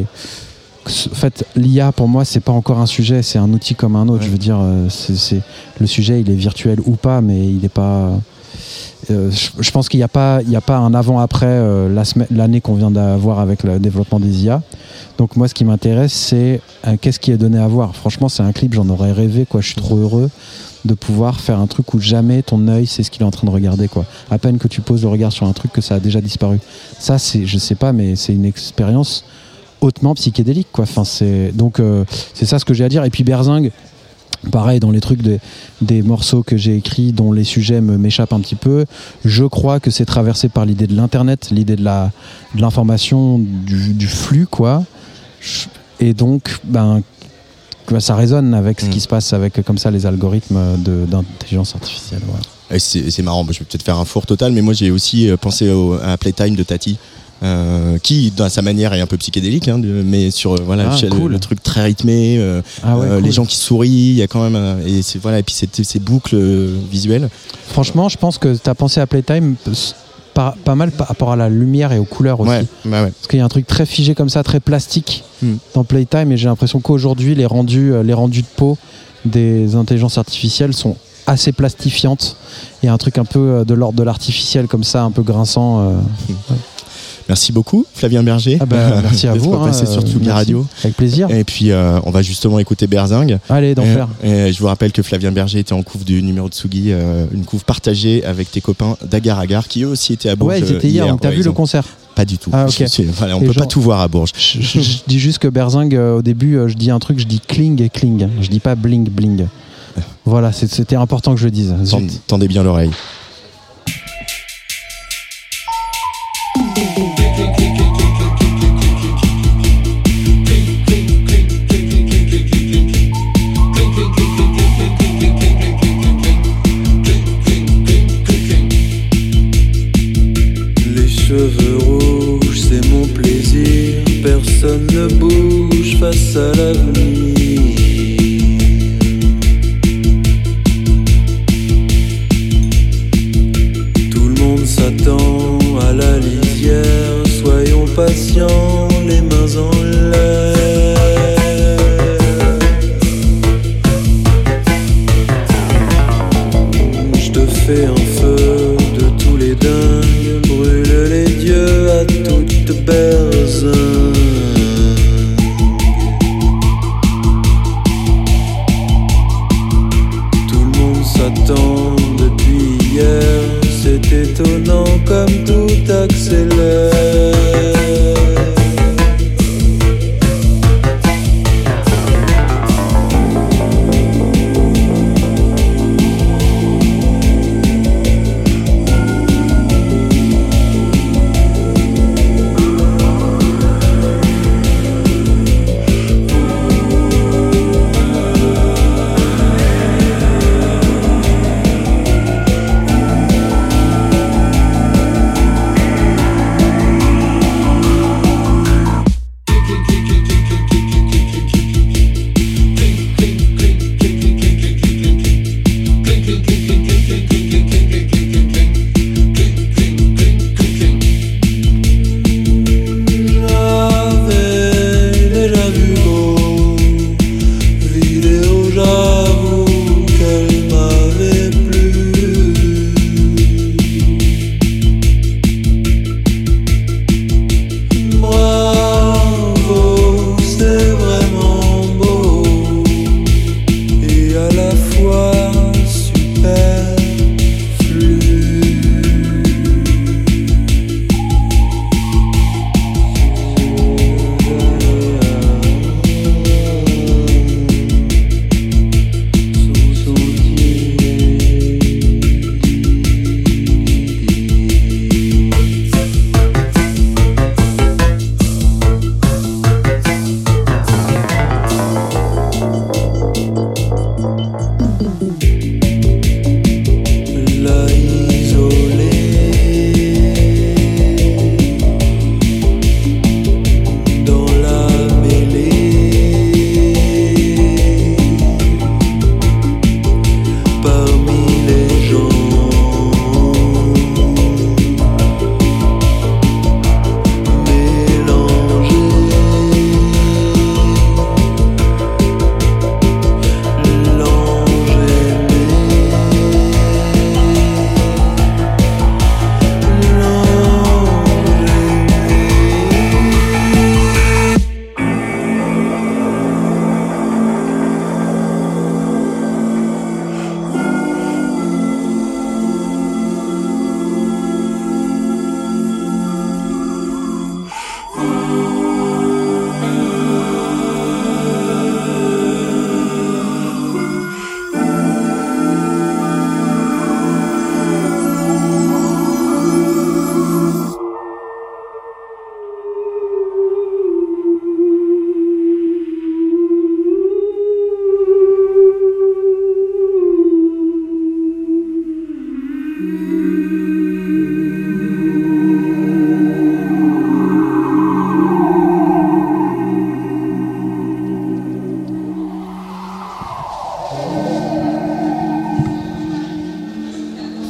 [SPEAKER 9] en fait, l'IA pour moi, c'est pas encore un sujet, c'est un outil comme un autre. Je veux dire, le sujet, il est virtuel ou pas, mais il est pas. Je pense qu'il n'y a pas un avant-après l'année qu'on vient d'avoir avec le développement des IA. Donc moi, ce qui m'intéresse, c'est qu'est-ce qui est donné à voir. Franchement, c'est un clip, j'en aurais rêvé, quoi. Je suis trop heureux de pouvoir faire un truc où jamais ton œil sait ce qu'il est en train de regarder, quoi. À peine que tu poses le regard sur un truc, que ça a déjà disparu. Ça, je sais pas, mais c'est une expérience hautement psychédélique, quoi. Enfin, c'est ça ce que j'ai à dire. Et puis Berzingue, Pareil dans les trucs des morceaux que j'ai écrits dont les sujets m'échappent un petit peu. Je crois que c'est traversé par l'idée de l'internet, l'idée de l'information, du flux quoi. Et donc ça résonne avec ce qui se passe avec comme ça les algorithmes d'intelligence artificielle. Voilà.
[SPEAKER 5] Et c'est marrant, je vais peut-être faire un four total, mais moi j'ai aussi pensé à Playtime de Tati. Qui dans sa manière est un peu psychédélique mais sur cool. le truc très rythmé cool. Les gens qui sourient, il y a quand même et puis ces boucles visuelles.
[SPEAKER 9] Franchement je pense que tu as pensé à Playtime pas mal par rapport à la lumière et aux couleurs aussi.
[SPEAKER 5] Ouais.
[SPEAKER 9] Parce qu'il y a un truc très figé comme ça, très plastique dans Playtime, et j'ai l'impression qu'aujourd'hui les rendus de peau des intelligences artificielles sont assez plastifiantes. Il y a un truc un peu de l'ordre de l'artificiel comme ça, un peu grinçant.
[SPEAKER 5] Merci beaucoup Flavien Berger.
[SPEAKER 9] Merci à vous.
[SPEAKER 5] Passer sur Tsugi Radio.
[SPEAKER 9] Avec plaisir.
[SPEAKER 5] Et puis on va justement écouter Berzingue.
[SPEAKER 9] Allez, d'enfer.
[SPEAKER 5] Et je vous rappelle que Flavien Berger était en couve du numéro de Tsugi, une couve partagée avec tes copains d'Agar Agar qui eux aussi étaient à Bourges.
[SPEAKER 9] Ouais, ils étaient hier. Donc t'as vu le concert?
[SPEAKER 5] Pas du tout.
[SPEAKER 9] Ah, okay.
[SPEAKER 5] On peut pas tout voir à Bourges.
[SPEAKER 9] Je dis juste que Berzingue, au début, je dis un truc, je dis cling et cling. Je dis pas bling bling. Voilà, c'était important que je le dise.
[SPEAKER 5] Tendez bien l'oreille.
[SPEAKER 10] Cheveux rouges, c'est mon plaisir. Personne ne bouge face à l'avenir. Tout le monde s'attend à la lisière. Soyons patients, les mains en l'air. Je te fais un feu de tous les dingues. Brûle les dieux à toute berzingue.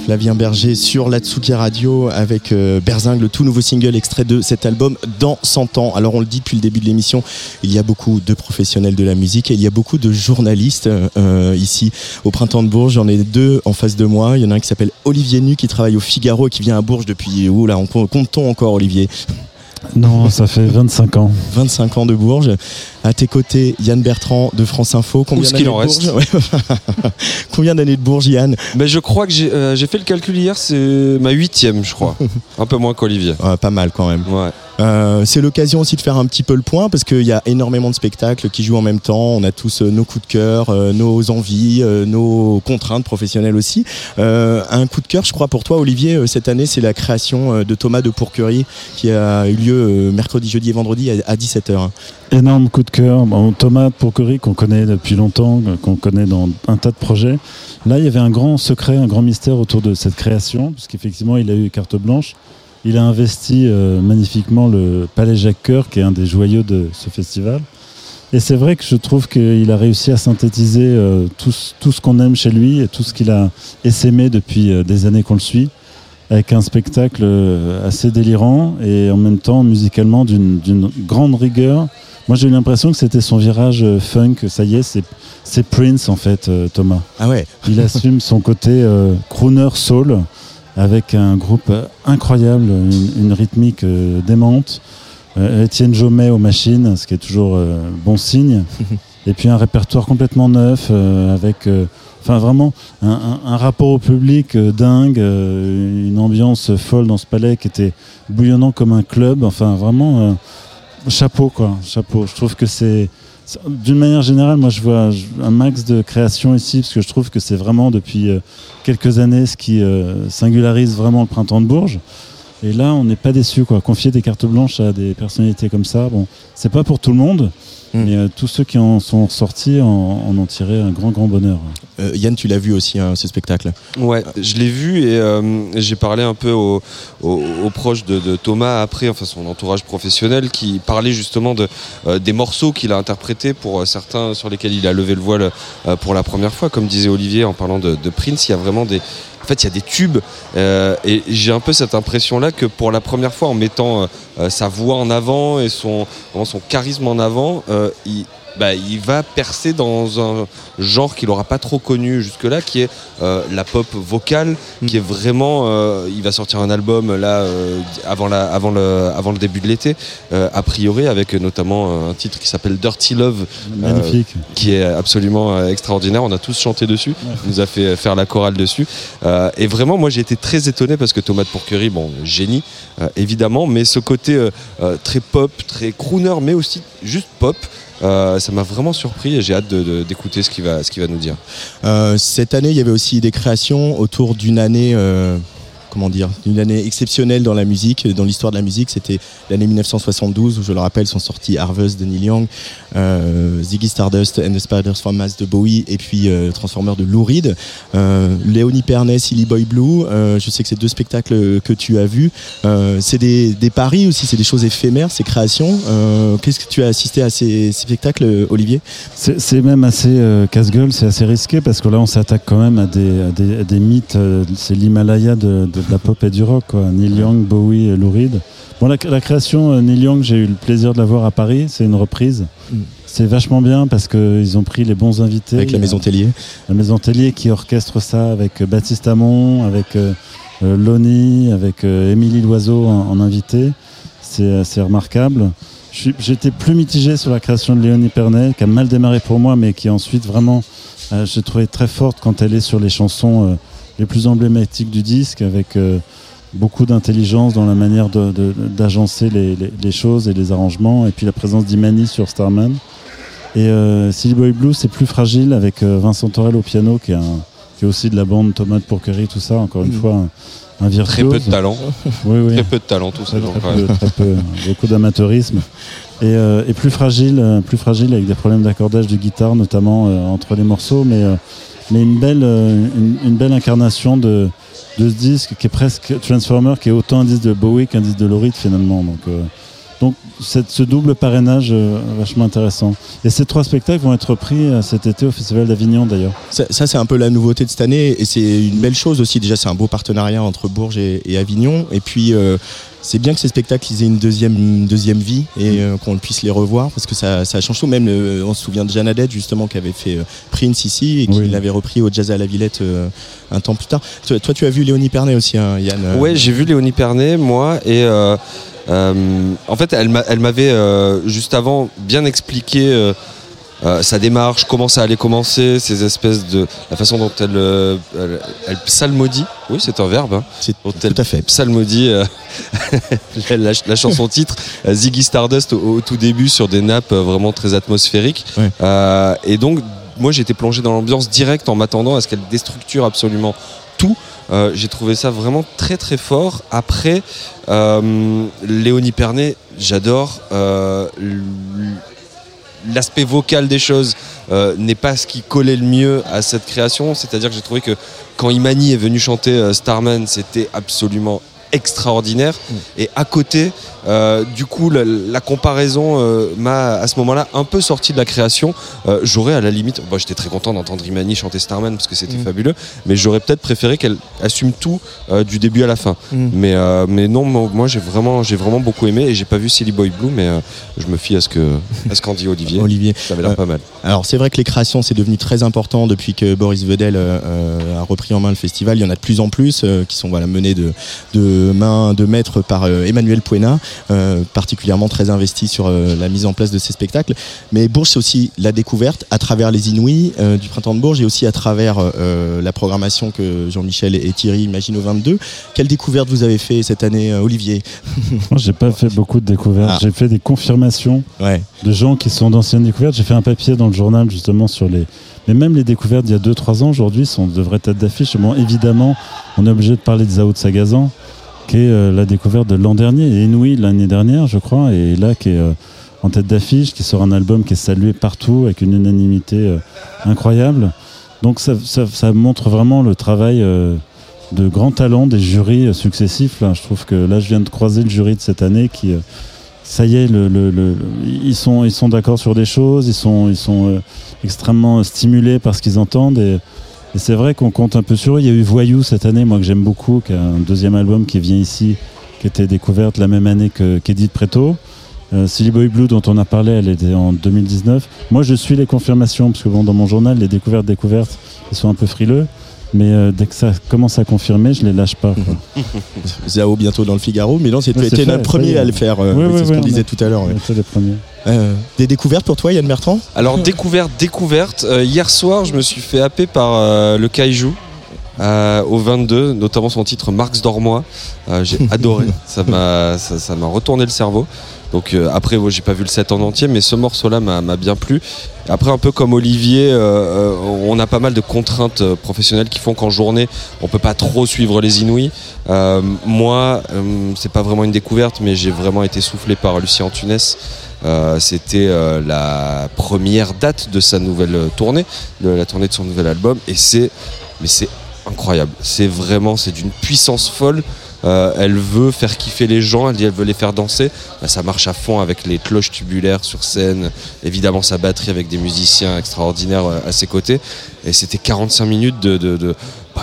[SPEAKER 5] Flavien Berger sur la Tsugi Radio avec Berzing, le tout nouveau single extrait de cet album Dans 100 ans. Alors on le dit depuis le début de l'émission, il y a beaucoup de professionnels de la musique et il y a beaucoup de journalistes ici au Printemps de Bourges. J'en ai deux en face de moi. Il y en a un qui s'appelle Olivier Nu qui travaille au Figaro et qui vient à Bourges depuis, compte-t-on encore Olivier ?
[SPEAKER 11] Non, ça fait 25 ans.
[SPEAKER 5] 25 ans de Bourges. À tes côtés, Yann Bertrand de France Info.
[SPEAKER 12] Combien d'années de Bourges ?
[SPEAKER 5] Combien d'années de Bourges, Yann ?
[SPEAKER 12] Je crois que j'ai fait le calcul hier, c'est ma 8e, je crois. Un peu moins qu'Olivier.
[SPEAKER 5] Pas mal quand même.
[SPEAKER 12] Ouais.
[SPEAKER 5] C'est l'occasion aussi de faire un petit peu le point parce qu'il y a énormément de spectacles qui jouent en même temps. On a tous nos coups de cœur, nos envies, nos contraintes professionnelles aussi. Un coup de cœur, je crois, pour toi, Olivier, cette année, c'est la création de Thomas de Pourquerie qui a eu lieu mercredi, jeudi et vendredi à 17h.
[SPEAKER 11] Énorme coup de cœur. Thomas de Pourquerie, qu'on connaît depuis longtemps, qu'on connaît dans un tas de projets. Là, il y avait un grand secret, un grand mystère autour de cette création, puisqu'effectivement, il a eu carte blanche. Il a investi magnifiquement le Palais Jacques-Cœur, qui est un des joyaux de ce festival. Et c'est vrai que je trouve qu'il a réussi à synthétiser tout ce qu'on aime chez lui et tout ce qu'il a essaimé depuis des années qu'on le suit, avec un spectacle assez délirant et en même temps musicalement d'une grande rigueur. Moi, j'ai eu l'impression que c'était son virage funk. Ça y est, c'est Prince en fait, Thomas.
[SPEAKER 5] Ah ouais.
[SPEAKER 11] Il assume son côté crooner soul, avec un groupe incroyable, une rythmique démente, Étienne Jomet aux machines, ce qui est toujours bon signe, et puis un répertoire complètement neuf, avec vraiment un rapport au public dingue, une ambiance folle dans ce palais qui était bouillonnant comme un club, vraiment chapeau. Je trouve que d'une manière générale, moi je vois un max de création ici, parce que je trouve que c'est vraiment depuis quelques années ce qui singularise vraiment le Printemps de Bourges. Et là, on n'est pas déçus, quoi. Confier des cartes blanches à des personnalités comme ça, c'est pas pour tout le monde, mais tous ceux qui en sont sortis en ont tiré un grand bonheur.
[SPEAKER 5] Yann, tu l'as vu aussi, ce spectacle ?
[SPEAKER 12] Ouais, je l'ai vu et j'ai parlé un peu aux proches de Thomas après, son entourage professionnel, qui parlait justement des morceaux qu'il a interprétés pour certains sur lesquels il a levé le voile pour la première fois. Comme disait Olivier en parlant de Prince, il y a vraiment il y a des tubes et j'ai un peu cette impression-là que pour la première fois, en mettant sa voix en avant et son charisme en avant, il va percer dans un genre qu'il n'aura pas trop connu jusque-là, qui est la pop vocale, qui est vraiment... il va sortir un album là avant le début de l'été, a priori, avec notamment un titre qui s'appelle Dirty Love,
[SPEAKER 11] magnifique,
[SPEAKER 12] qui est absolument extraordinaire. On a tous chanté dessus, il nous a fait faire la chorale dessus. Et vraiment, moi j'ai été très étonné parce que Thomas de Pourquerie, génie, évidemment, mais ce côté très pop, très crooner, mais aussi juste pop, ça m'a vraiment surpris et j'ai hâte d'écouter ce qu'il va nous dire.
[SPEAKER 5] Cette année, il y avait aussi des créations autour d'une année... d'une année exceptionnelle dans la musique, dans l'histoire de la musique. C'était l'année 1972 où, je le rappelle, sont sortis Harvest de Neil Young, Ziggy Stardust and the Spiders from Mars de Bowie, et puis Transformer de Lou Reed, Léonie Pernet, Silly Boy Blue. Je sais que c'est deux spectacles que tu as vus. C'est des paris aussi, c'est des choses éphémères, ces créations. Qu'est-ce que tu as assisté à ces spectacles, Olivier ?
[SPEAKER 11] C'est même assez casse-gueule, c'est assez risqué, parce que là on s'attaque quand même à des mythes. C'est l'Himalaya de la pop et du rock, quoi. Neil Young, Bowie et Lou Reed. La création Neil Young, j'ai eu le plaisir de la voir à Paris, c'est une reprise. C'est vachement bien parce qu'ils ont pris les bons invités.
[SPEAKER 5] Avec la Maison Tellier.
[SPEAKER 11] La Maison Tellier qui orchestre ça avec Baptiste Hamon, avec Lonnie, avec Émilie Loiseau en invité. C'est remarquable. J'étais plus mitigé sur la création de Léonie Pernet, qui a mal démarré pour moi, mais qui ensuite vraiment, j'ai trouvé très forte quand elle est sur les chansons les plus emblématiques du disque, avec beaucoup d'intelligence dans la manière d'agencer les choses et les arrangements, et puis la présence d'Imani sur Starman. Et Silly Boy Blue, c'est plus fragile, avec Vincent Torel au piano, qui est aussi de la bande Thomas de Pourquerie, tout ça, encore une fois un virtuose.
[SPEAKER 12] Très peu de talent.
[SPEAKER 11] Oui.
[SPEAKER 12] Très peu de talent, tout ça.
[SPEAKER 11] Très peu, beaucoup d'amateurisme. Et plus fragile avec des problèmes d'accordage de guitare, notamment entre les morceaux, mais une belle incarnation de ce disque qui est presque Transformer, qui est autant un disque de Bowie qu'un disque de Lou Reed finalement. Donc ce double parrainage vachement intéressant. Et ces 3 spectacles vont être pris cet été au Festival d'Avignon d'ailleurs.
[SPEAKER 5] Ça c'est un peu la nouveauté de cette année et c'est une belle chose aussi. Déjà c'est un beau partenariat entre Bourges et Avignon et puis c'est bien que ces spectacles ils aient une deuxième vie et qu'on puisse les revoir parce que ça change tout. Même on se souvient de Jeanne Haddad justement qui avait fait Prince ici et qui l'avait repris au Jazz à la Villette un temps plus tard. Toi tu as vu Léonie Pernet aussi hein, Yann
[SPEAKER 12] Ouais, j'ai vu Léonie Pernet moi et en fait elle m'avait juste avant bien expliqué sa démarche, comment ça allait commencer, ces espèces de la façon dont elle psalmodie, oui c'est un verbe, hein,
[SPEAKER 5] dont elle tout à fait
[SPEAKER 12] psalmodie la chanson titre Ziggy Stardust au tout début sur des nappes vraiment très atmosphériques et donc moi j'étais plongé dans l'ambiance directe en m'attendant à ce qu'elle déstructure absolument tout. J'ai trouvé ça vraiment très très fort. Après Léonie Pernet j'adore l'aspect vocal des choses n'est pas ce qui collait le mieux à cette création, c'est-à-dire que j'ai trouvé que quand Imani est venu chanter Starman, c'était absolument extraordinaire et à côté du coup la comparaison m'a à ce moment-là un peu sorti de la création. J'aurais à la limite j'étais très content d'entendre Imani chanter Starman parce que c'était fabuleux, mais j'aurais peut-être préféré qu'elle assume tout du début à la fin. Mais non, moi j'ai vraiment beaucoup aimé et j'ai pas vu Silly Boy Blue, mais je me fie à ce qu'en dit Olivier. Ça avait l'air pas mal.
[SPEAKER 5] Alors c'est vrai que les créations c'est devenu très important depuis que Boris Vedel a repris en main le festival. Il y en a de plus en plus qui sont menées de main de maître par Emmanuel Puena, particulièrement très investi sur la mise en place de ces spectacles. Mais Bourges c'est aussi la découverte à travers les Inouïs du Printemps de Bourges et aussi à travers la programmation que Jean-Michel et Thierry imaginent au 22. Quelle découverte vous avez fait cette année, Olivier?
[SPEAKER 11] Moi j'ai pas fait beaucoup de découvertes, j'ai fait des confirmations de gens qui sont d'anciennes découvertes. J'ai fait un papier dans le journal justement sur mais même les découvertes d'il y a 2-3 ans aujourd'hui devraient être d'affiche. Bon, évidemment on est obligé de parler de Zao de Sagazan qui est la découverte de l'an dernier et Inouï l'année dernière je crois, et là qui est en tête d'affiche, qui sort un album qui est salué partout avec une unanimité incroyable. Donc ça montre vraiment le travail de grand talent des jurys successifs là. Je trouve que là je viens de croiser le jury de cette année qui ça y est, ils sont d'accord sur des choses, ils sont extrêmement stimulés par ce qu'ils entendent et c'est vrai qu'on compte un peu sur eux. Il y a eu Voyou cette année, moi que j'aime beaucoup, qui a un deuxième album qui vient ici, qui était découverte la même année qu'Edith Preto. Silly Boy Blue dont on a parlé, elle était en 2019. Moi je suis les confirmations, parce que dans mon journal, les découvertes, ils sont un peu frileux. Mais dès que ça commence à confirmer, je les lâche pas.
[SPEAKER 5] Zao bientôt dans le Figaro, mais non, tu étais le premier à le faire. C'est ce qu'on disait tout à l'heure.
[SPEAKER 11] C'est les premiers.
[SPEAKER 5] Des découvertes pour toi, Yann Bertrand?
[SPEAKER 12] Alors découverte. Hier soir, je me suis fait happer par le Kaiju. Au 22, notamment son titre Marx Dormois. J'ai adoré. Ça m'a retourné le cerveau. Donc après, j'ai pas vu le set en entier, mais ce morceau-là m'a bien plu. Après, un peu comme Olivier, on a pas mal de contraintes professionnelles qui font qu'en journée, on peut pas trop suivre les Inouïs. Moi, c'est pas vraiment une découverte, mais j'ai vraiment été soufflé par Lucien Antunes. C'était la première date de sa nouvelle tournée, la tournée de son nouvel album, et c'est incroyable. C'est d'une puissance folle. Elle veut faire kiffer les gens, elle veut les faire danser. Ça marche à fond avec les cloches tubulaires sur scène, évidemment sa batterie avec des musiciens extraordinaires à ses côtés. Et c'était 45 minutes de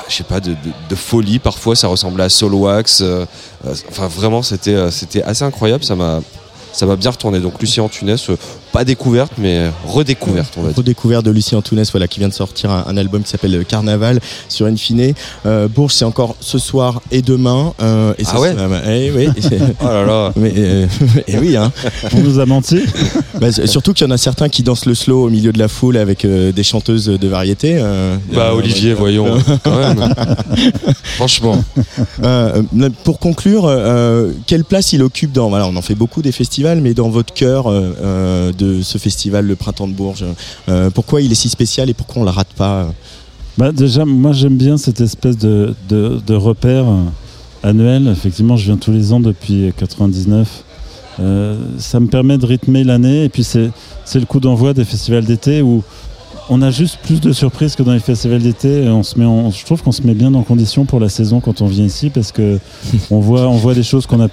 [SPEAKER 12] folie. Parfois ça ressemblait à Soul Wax. Enfin vraiment c'était assez incroyable. Ça m'a bien retourné. Donc Lucien Antunes, pas découverte, mais redécouverte, on va dire.
[SPEAKER 5] Redécouverte de Lucien Antunes, qui vient de sortir un album qui s'appelle Carnaval sur Infine. Bourges, c'est encore ce soir et demain. Et
[SPEAKER 12] ah ouais
[SPEAKER 5] oui.
[SPEAKER 12] Oh là là.
[SPEAKER 5] Et oui, hein.
[SPEAKER 11] On nous a menti.
[SPEAKER 5] Surtout qu'il y en a certains qui dansent le slow au milieu de la foule avec des chanteuses de variété.
[SPEAKER 12] Olivier, voyons, quand même. Franchement.
[SPEAKER 5] Pour conclure, quelle place il occupe dans... Voilà, on en fait beaucoup des festivals, mais dans votre cœur de ce festival, le Printemps de Bourges, pourquoi il est si spécial et pourquoi on ne la rate pas?
[SPEAKER 11] Déjà, moi j'aime bien cette espèce de repère annuel. Effectivement, je viens tous les ans depuis 99. Ça me permet de rythmer l'année, et puis c'est le coup d'envoi des festivals d'été où On a juste plus de surprises que dans les festivals d'été. Je trouve qu'on se met bien en condition pour la saison quand on vient ici, parce que on voit des choses qu'on a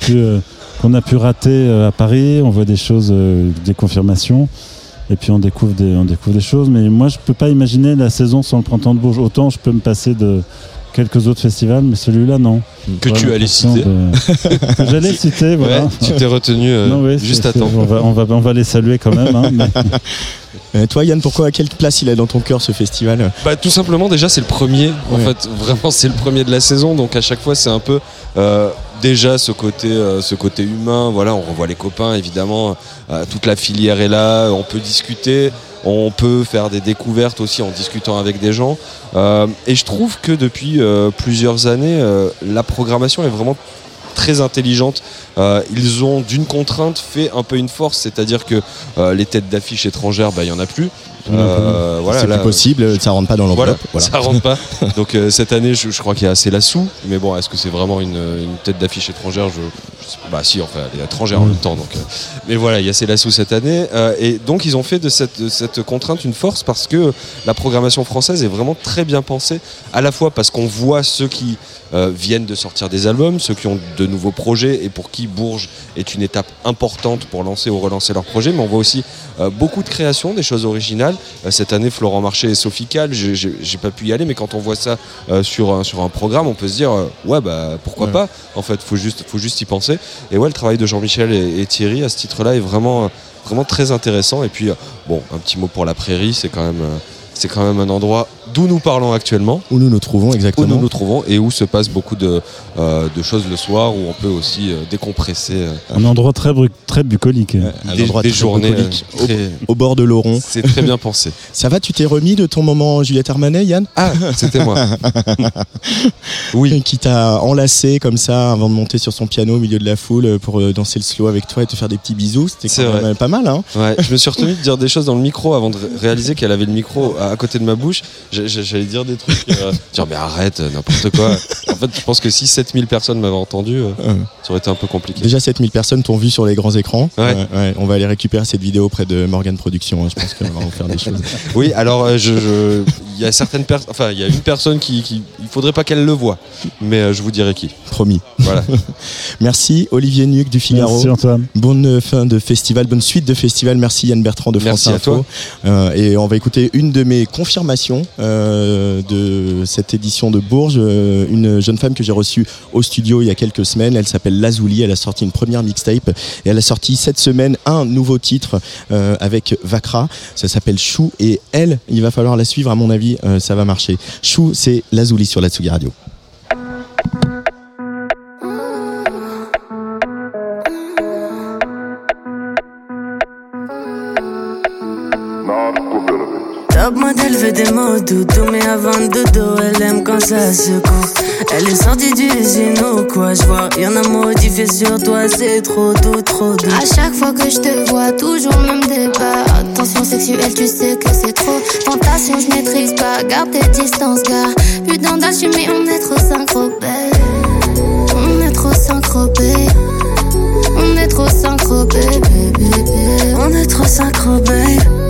[SPEAKER 11] pu rater à Paris. On voit des choses, des confirmations, et puis on découvre des choses. Mais moi, je peux pas imaginer la saison sans le Printemps de Bourges. Autant je peux me passer de quelques autres festivals, mais celui-là, non.
[SPEAKER 12] Que tu allais citer.
[SPEAKER 11] Que j'allais citer, voilà.
[SPEAKER 12] Ouais, tu t'es retenu juste à temps.
[SPEAKER 11] On va les saluer quand même. Mais...
[SPEAKER 5] toi, Yann, à quelle place il est dans ton cœur, ce festival ?
[SPEAKER 12] Tout simplement, déjà, c'est le premier. En fait, vraiment, c'est le premier de la saison. Donc, à chaque fois, c'est un peu déjà ce côté humain. Voilà, on revoit les copains, évidemment. Toute la filière est là. On peut discuter. On peut faire des découvertes aussi en discutant avec des gens. Et je trouve que depuis plusieurs années, la programmation est vraiment très intelligente. Ils ont d'une contrainte fait un peu une force, c'est-à-dire que les têtes d'affiche étrangères, il n'y en a plus.
[SPEAKER 5] Voilà, c'est plus possible, ça rentre pas dans l'enveloppe.
[SPEAKER 12] Voilà. Ça rentre pas. Donc cette année, je crois qu'il y a assez Lassou, mais bon, est-ce que c'est vraiment une tête d'affiche étrangère ? Je sais pas. Si, enfin, elle est étrangère en même temps. Donc, mais voilà, il y a assez Lassou cette année, et donc ils ont fait de cette contrainte une force, parce que la programmation française est vraiment très bien pensée, à la fois parce qu'on voit ceux qui viennent de sortir des albums, ceux qui ont de nouveaux projets et pour qui Bourges est une étape importante pour lancer ou relancer leurs projets, mais on voit aussi beaucoup de créations, des choses originales. Cette année, Florent Marché et Sophie Calle, j'ai pas pu y aller, mais quand on voit ça sur un programme, on peut se dire pourquoi pas. En fait, faut juste y penser. Et le travail de Jean-Michel et Thierry à ce titre-là est vraiment très intéressant. Et puis un petit mot pour la Prairie, c'est quand même un endroit d'où nous parlons actuellement.
[SPEAKER 5] Où nous nous trouvons, exactement.
[SPEAKER 12] Où nous nous trouvons, et où se passe beaucoup de choses le soir, où on peut aussi décompresser.
[SPEAKER 11] Un endroit très bucolique.
[SPEAKER 12] Des journées
[SPEAKER 5] au bord de l'Oron.
[SPEAKER 12] C'est très bien pensé.
[SPEAKER 5] Ça va, tu t'es remis de ton moment Juliette Armanet, Yann ?
[SPEAKER 12] Ah, c'était moi.
[SPEAKER 5] Oui. Qui t'a enlacé comme ça avant de monter sur son piano au milieu de la foule pour danser le slow avec toi et te faire des petits bisous. C'était quand même pas mal, hein ?
[SPEAKER 12] Ouais, je me suis retenu de dire des choses dans le micro avant de réaliser qu'elle avait le micro à côté de ma bouche. J'allais dire des trucs, dire mais arrête, n'importe quoi. En fait, je pense que si 7000 personnes m'avaient entendu, ça aurait été un peu compliqué.
[SPEAKER 5] Déjà 7000 personnes t'ont vu sur les grands écrans. On va aller récupérer cette vidéo auprès de Morgan Productions, je pense qu'on va en faire des choses.
[SPEAKER 12] Oui, alors il y a certaines personnes, enfin il y a une personne il faudrait pas qu'elle le voie, mais je vous dirai qui.
[SPEAKER 5] Promis.
[SPEAKER 12] Voilà.
[SPEAKER 5] Merci Olivier Nuc du Figaro.
[SPEAKER 11] Merci Antoine.
[SPEAKER 5] Bonne fin de festival, bonne suite de festival. Merci Yann Bertrand de France Info. Et on va écouter une de mes confirmations de cette édition de Bourges, une jeune femme que j'ai reçue au studio il y a quelques semaines. Elle s'appelle Lazuli, elle a sorti une première mixtape et elle a sorti cette semaine un nouveau titre avec Vakra, ça s'appelle Chou, et elle, il va falloir la suivre à mon avis, ça va marcher. Chou, c'est Lazuli sur la Tsugi Radio.
[SPEAKER 13] Top modèle fait des mots doudou, mais avant de dodo, elle aime quand ça secoue. Elle est sortie d'usine ou quoi, je vois y'en a modifié sur toi, c'est trop doux, trop doux.
[SPEAKER 14] À chaque fois que je te vois, toujours le même débat. Attention sexuelle, tu sais que c'est trop. Tentation, je maîtrise pas, garde tes distances, gars. Plus d'endassu, mais on est trop synchropé. On est trop synchropé. On est trop synchropé, bébé.
[SPEAKER 13] On est trop synchropé.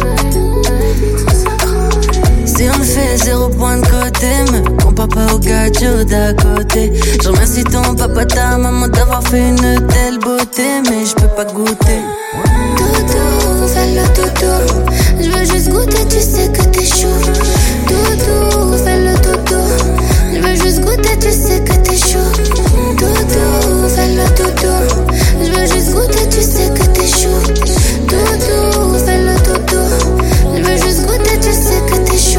[SPEAKER 13] Si on le fait, 0 point de côté. Me compare pas au gadget d'à côté. Je remercie ton papa, ta maman d'avoir fait une telle beauté, mais je peux pas goûter.
[SPEAKER 14] Doudou, fais le doudou. Je veux juste goûter, tu sais que t'es chaud. Doudou, fais le doudou. Je veux juste goûter, tu sais que t'es chaud. Doudou, fais le doudou. Je veux juste goûter, tu sais que t'es chaud. Doudou, fais le doudou. Je veux juste goûter, tu sais que t'es chaud.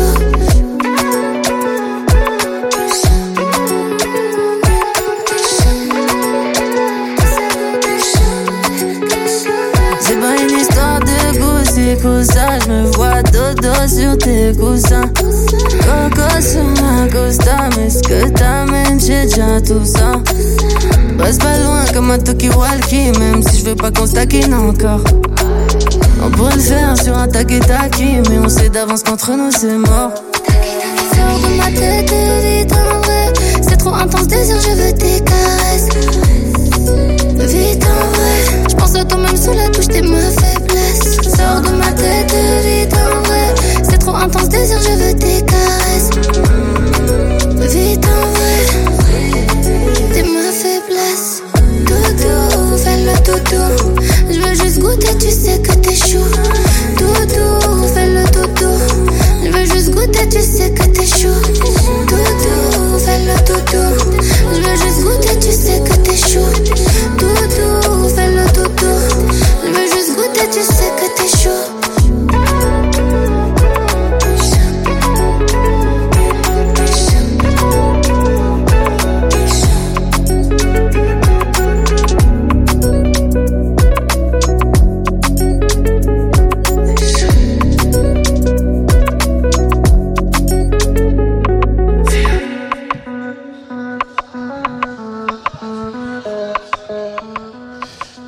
[SPEAKER 13] C'est pas une histoire de goût, c'est cousin. Je me vois dodo sur tes coussins. Coco sur ma costa, mais ce que t'amènes, j'ai déjà tout ça. Reste pas loin comme un talkie-walkie, même si je veux pas qu'on stackine encore. On pourrait le faire sur un taki-taki, mais on sait d'avance qu'entre nous c'est mort.
[SPEAKER 14] Sors de ma tête, vite en vrai. C'est trop intense, désir, je veux tes caresses. Vite en vrai. J'pense à toi même sous la touche, t'es ma faiblesse. Sors de ma tête, vite en vrai. C'est trop intense, désir.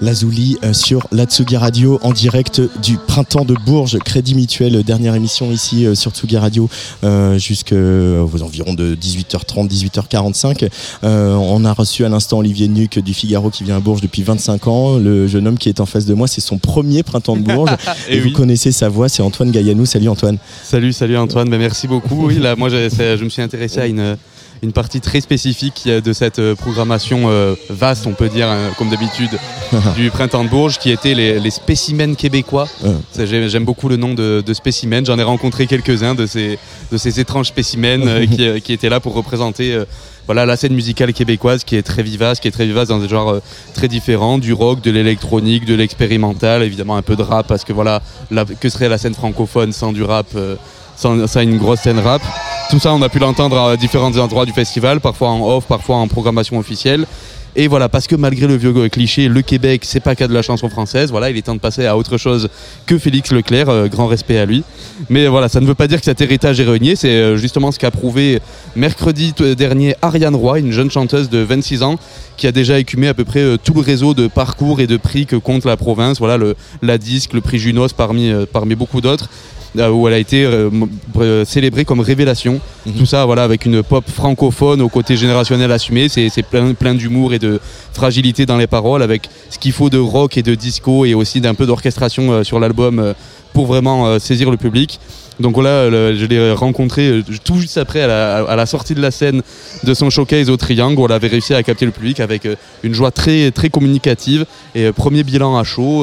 [SPEAKER 5] Lazuli sur la Tsugi Radio en direct du printemps de Bourges, Crédit Mutuel, dernière émission ici sur Tsugi Radio jusqu'aux environs de 18h30, 18h45. On a reçu à l'instant Olivier Nuc du Figaro qui vient à Bourges depuis 25 ans. Le jeune homme qui est en face de moi, c'est son premier printemps de Bourges et vous connaissez sa voix, c'est Antoine Gaillanou. Salut Antoine.
[SPEAKER 15] Salut Antoine, merci beaucoup. Oui, là, moi je me suis intéressé à une partie très spécifique de cette programmation vaste, on peut dire, comme d'habitude, du printemps de Bourges, qui étaient les spécimens québécois. J'aime beaucoup le nom de spécimens. J'en ai rencontré quelques-uns de ces étranges spécimens qui étaient là pour représenter la scène musicale québécoise qui est très vivace dans des genres très différents, du rock, de l'électronique, de l'expérimental, évidemment un peu de rap, parce que que serait la scène francophone sans du rap, sans une grosse scène rap. Tout ça, on a pu l'entendre à différents endroits du festival, parfois en off, parfois en programmation officielle. Et voilà, parce que malgré le vieux cliché, le Québec, c'est pas qu'à de la chanson française. Voilà, il est temps de passer à autre chose que Félix Leclerc, grand respect à lui. Mais voilà, ça ne veut pas dire que cet héritage est renié. C'est justement ce qu'a prouvé mercredi dernier Ariane Roy, une jeune chanteuse de 26 ans, qui a déjà écumé à peu près tout le réseau de parcours et de prix que compte la province. Voilà, la Disque, le prix Junos parmi beaucoup d'autres, où elle a été célébrée comme révélation. Tout ça, avec une pop francophone au côté générationnel assumé. C'est plein d'humour et de fragilité dans les paroles, avec ce qu'il faut de rock et de disco et aussi d'un peu d'orchestration sur l'album pour vraiment saisir le public. Donc voilà, je l'ai rencontré tout juste après à la sortie de la scène de son showcase au Triangle, où elle avait réussi à capter le public avec une joie très, très communicative et premier bilan à chaud.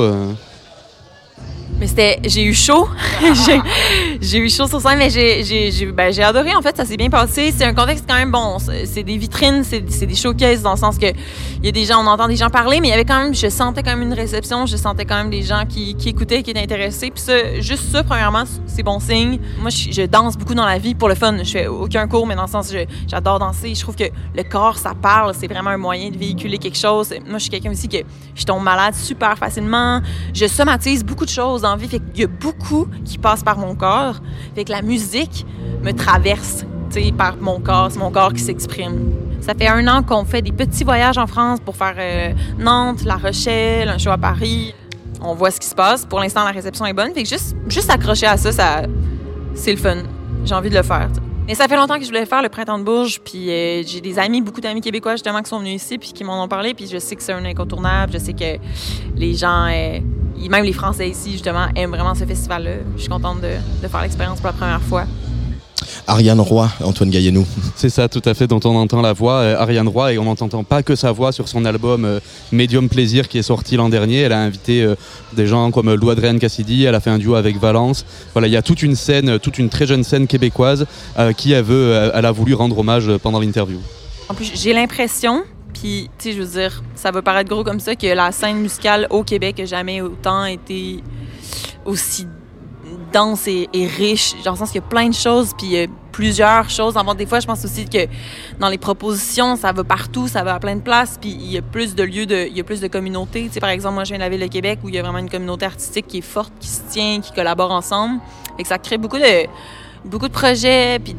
[SPEAKER 16] Mais j'ai eu chaud. j'ai eu chaud sur scène, mais j'ai adoré. En fait, ça s'est bien passé. C'est un contexte quand même bon. C'est des vitrines, c'est des showcases dans le sens que il y a des gens, on entend des gens parler, mais il y avait quand même, je sentais quand même une réception. Je sentais quand même des gens qui écoutaient, qui étaient intéressés. Puis juste ça, premièrement, c'est bon signe. Moi, je danse beaucoup dans la vie pour le fun. Je fais aucun cours, mais dans le sens, j'adore danser. Je trouve que le corps, ça parle. C'est vraiment un moyen de véhiculer quelque chose. Moi, je suis quelqu'un aussi que je tombe malade super facilement. Je somatise beaucoup de choses dans la vie. Fait qu'il y a beaucoup qui passe par mon corps. Fait que la musique me traverse, tu sais, par mon corps. C'est mon corps qui s'exprime. Ça fait 1 an qu'on fait des petits voyages en France pour faire Nantes, La Rochelle, un show à Paris. On voit ce qui se passe. Pour l'instant, la réception est bonne. Fait que juste s'accrocher à ça, c'est le fun. J'ai envie de le faire. T'sais. Mais ça fait longtemps que je voulais faire le printemps de Bourges, puis j'ai beaucoup d'amis québécois justement qui sont venus ici puis qui m'en ont parlé, puis je sais que c'est un incontournable. Je sais que les gens, même les Français ici justement, aiment vraiment ce festival-là. Je suis contente de faire l'expérience pour la première fois.
[SPEAKER 5] Ariane Roy, Antoine Gaillanou.
[SPEAKER 15] C'est ça, tout à fait, dont on entend la voix, Ariane Roy, et on n'entend pas que sa voix sur son album Medium Plaisir qui est sorti l'an dernier. Elle a invité des gens comme Lou Adrienne Cassidy, elle a fait un duo avec Valence. Voilà, il y a toute une très jeune scène québécoise qui elle a voulu rendre hommage pendant l'interview.
[SPEAKER 16] En plus, j'ai l'impression, puis tu sais, je veux dire, ça va paraître gros comme ça, que la scène musicale au Québec n'a jamais autant été aussi dense et riche, dans le sens qu'il y a plein de choses, puis il y a plusieurs choses. Des fois, je pense aussi que dans les propositions, ça va partout, ça va à plein de places, puis il y a plus de lieux, il y a plus de communautés. Tu sais, par exemple, moi, je viens de la ville de Québec, où il y a vraiment une communauté artistique qui est forte, qui se tient, qui collabore ensemble. Fait que ça crée beaucoup de projets, puis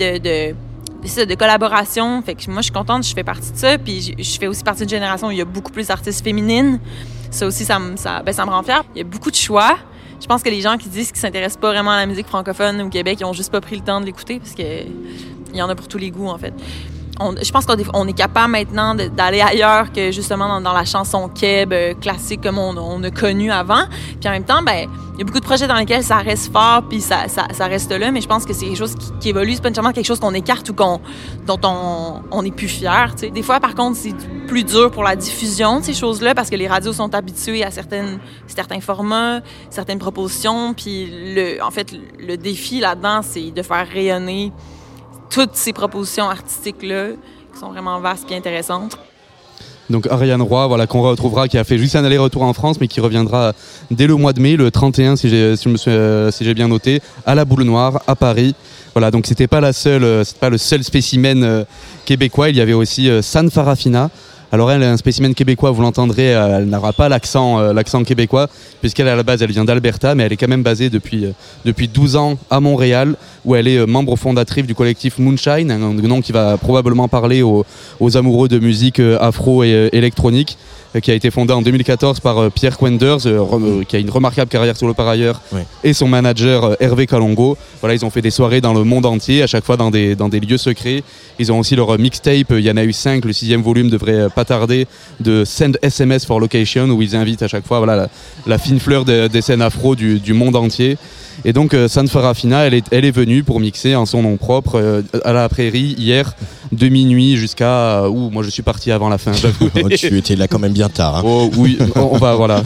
[SPEAKER 16] de collaboration. Fait que moi, je suis contente, je fais partie de ça, puis je fais aussi partie d'une génération où il y a beaucoup plus d'artistes féminines. Ça aussi, ça me rend fière. Il y a beaucoup de choix. Je pense que les gens qui disent qu'ils s'intéressent pas vraiment à la musique francophone au Québec, ils ont juste pas pris le temps de l'écouter, parce que il y en a pour tous les goûts, en fait. Je pense qu'on est capable maintenant d'aller ailleurs que justement dans la chanson keb classique comme on a connu avant. Puis en même temps, il y a beaucoup de projets dans lesquels ça reste fort, puis ça reste là, mais je pense que c'est quelque chose qui évolue. C'est pas nécessairement quelque chose qu'on écarte ou dont on est plus fier. T'sais. Des fois, par contre, c'est plus dur pour la diffusion de ces choses-là, parce que les radios sont habituées à certains formats, certaines propositions. Puis le défi là-dedans, c'est de faire rayonner toutes ces propositions artistiques-là, qui sont vraiment vastes et intéressantes.
[SPEAKER 15] Donc Ariane Roy, qu'on retrouvera, qui a fait juste un aller-retour en France, mais qui reviendra dès le mois de mai, le 31, si j'ai bien noté, à la Boule Noire, à Paris. Voilà, donc c'était pas le seul spécimen québécois. Il y avait aussi San Farafina. Alors elle est un spécimen québécois, vous l'entendrez, elle n'aura pas l'accent québécois, puisqu'elle à la base elle vient d'Alberta, mais elle est quand même basée depuis 12 ans à Montréal, où elle est membre fondatrice du collectif Moonshine, un nom qui va probablement parler aux amoureux de musique afro et électronique. qui a été fondée en 2014 par Pierre Quenders, qui a une remarquable carrière solo par ailleurs, et son manager Hervé Kalongo. Voilà, ils ont fait des soirées dans le monde entier, à chaque fois dans des lieux secrets. Ils ont aussi leur mixtape, il y en a eu 5, le 6e volume devrait pas tarder, de Send SMS for Location, où ils invitent à chaque fois la fine fleur des scènes afro du monde entier. Et donc San Farafina, elle est venue pour mixer en son nom propre à la Prairie hier de minuit jusqu'à où moi je suis parti avant la fin.
[SPEAKER 5] Tu étais là quand même bien tard. Hein.
[SPEAKER 15] Oh, oui, on va voilà.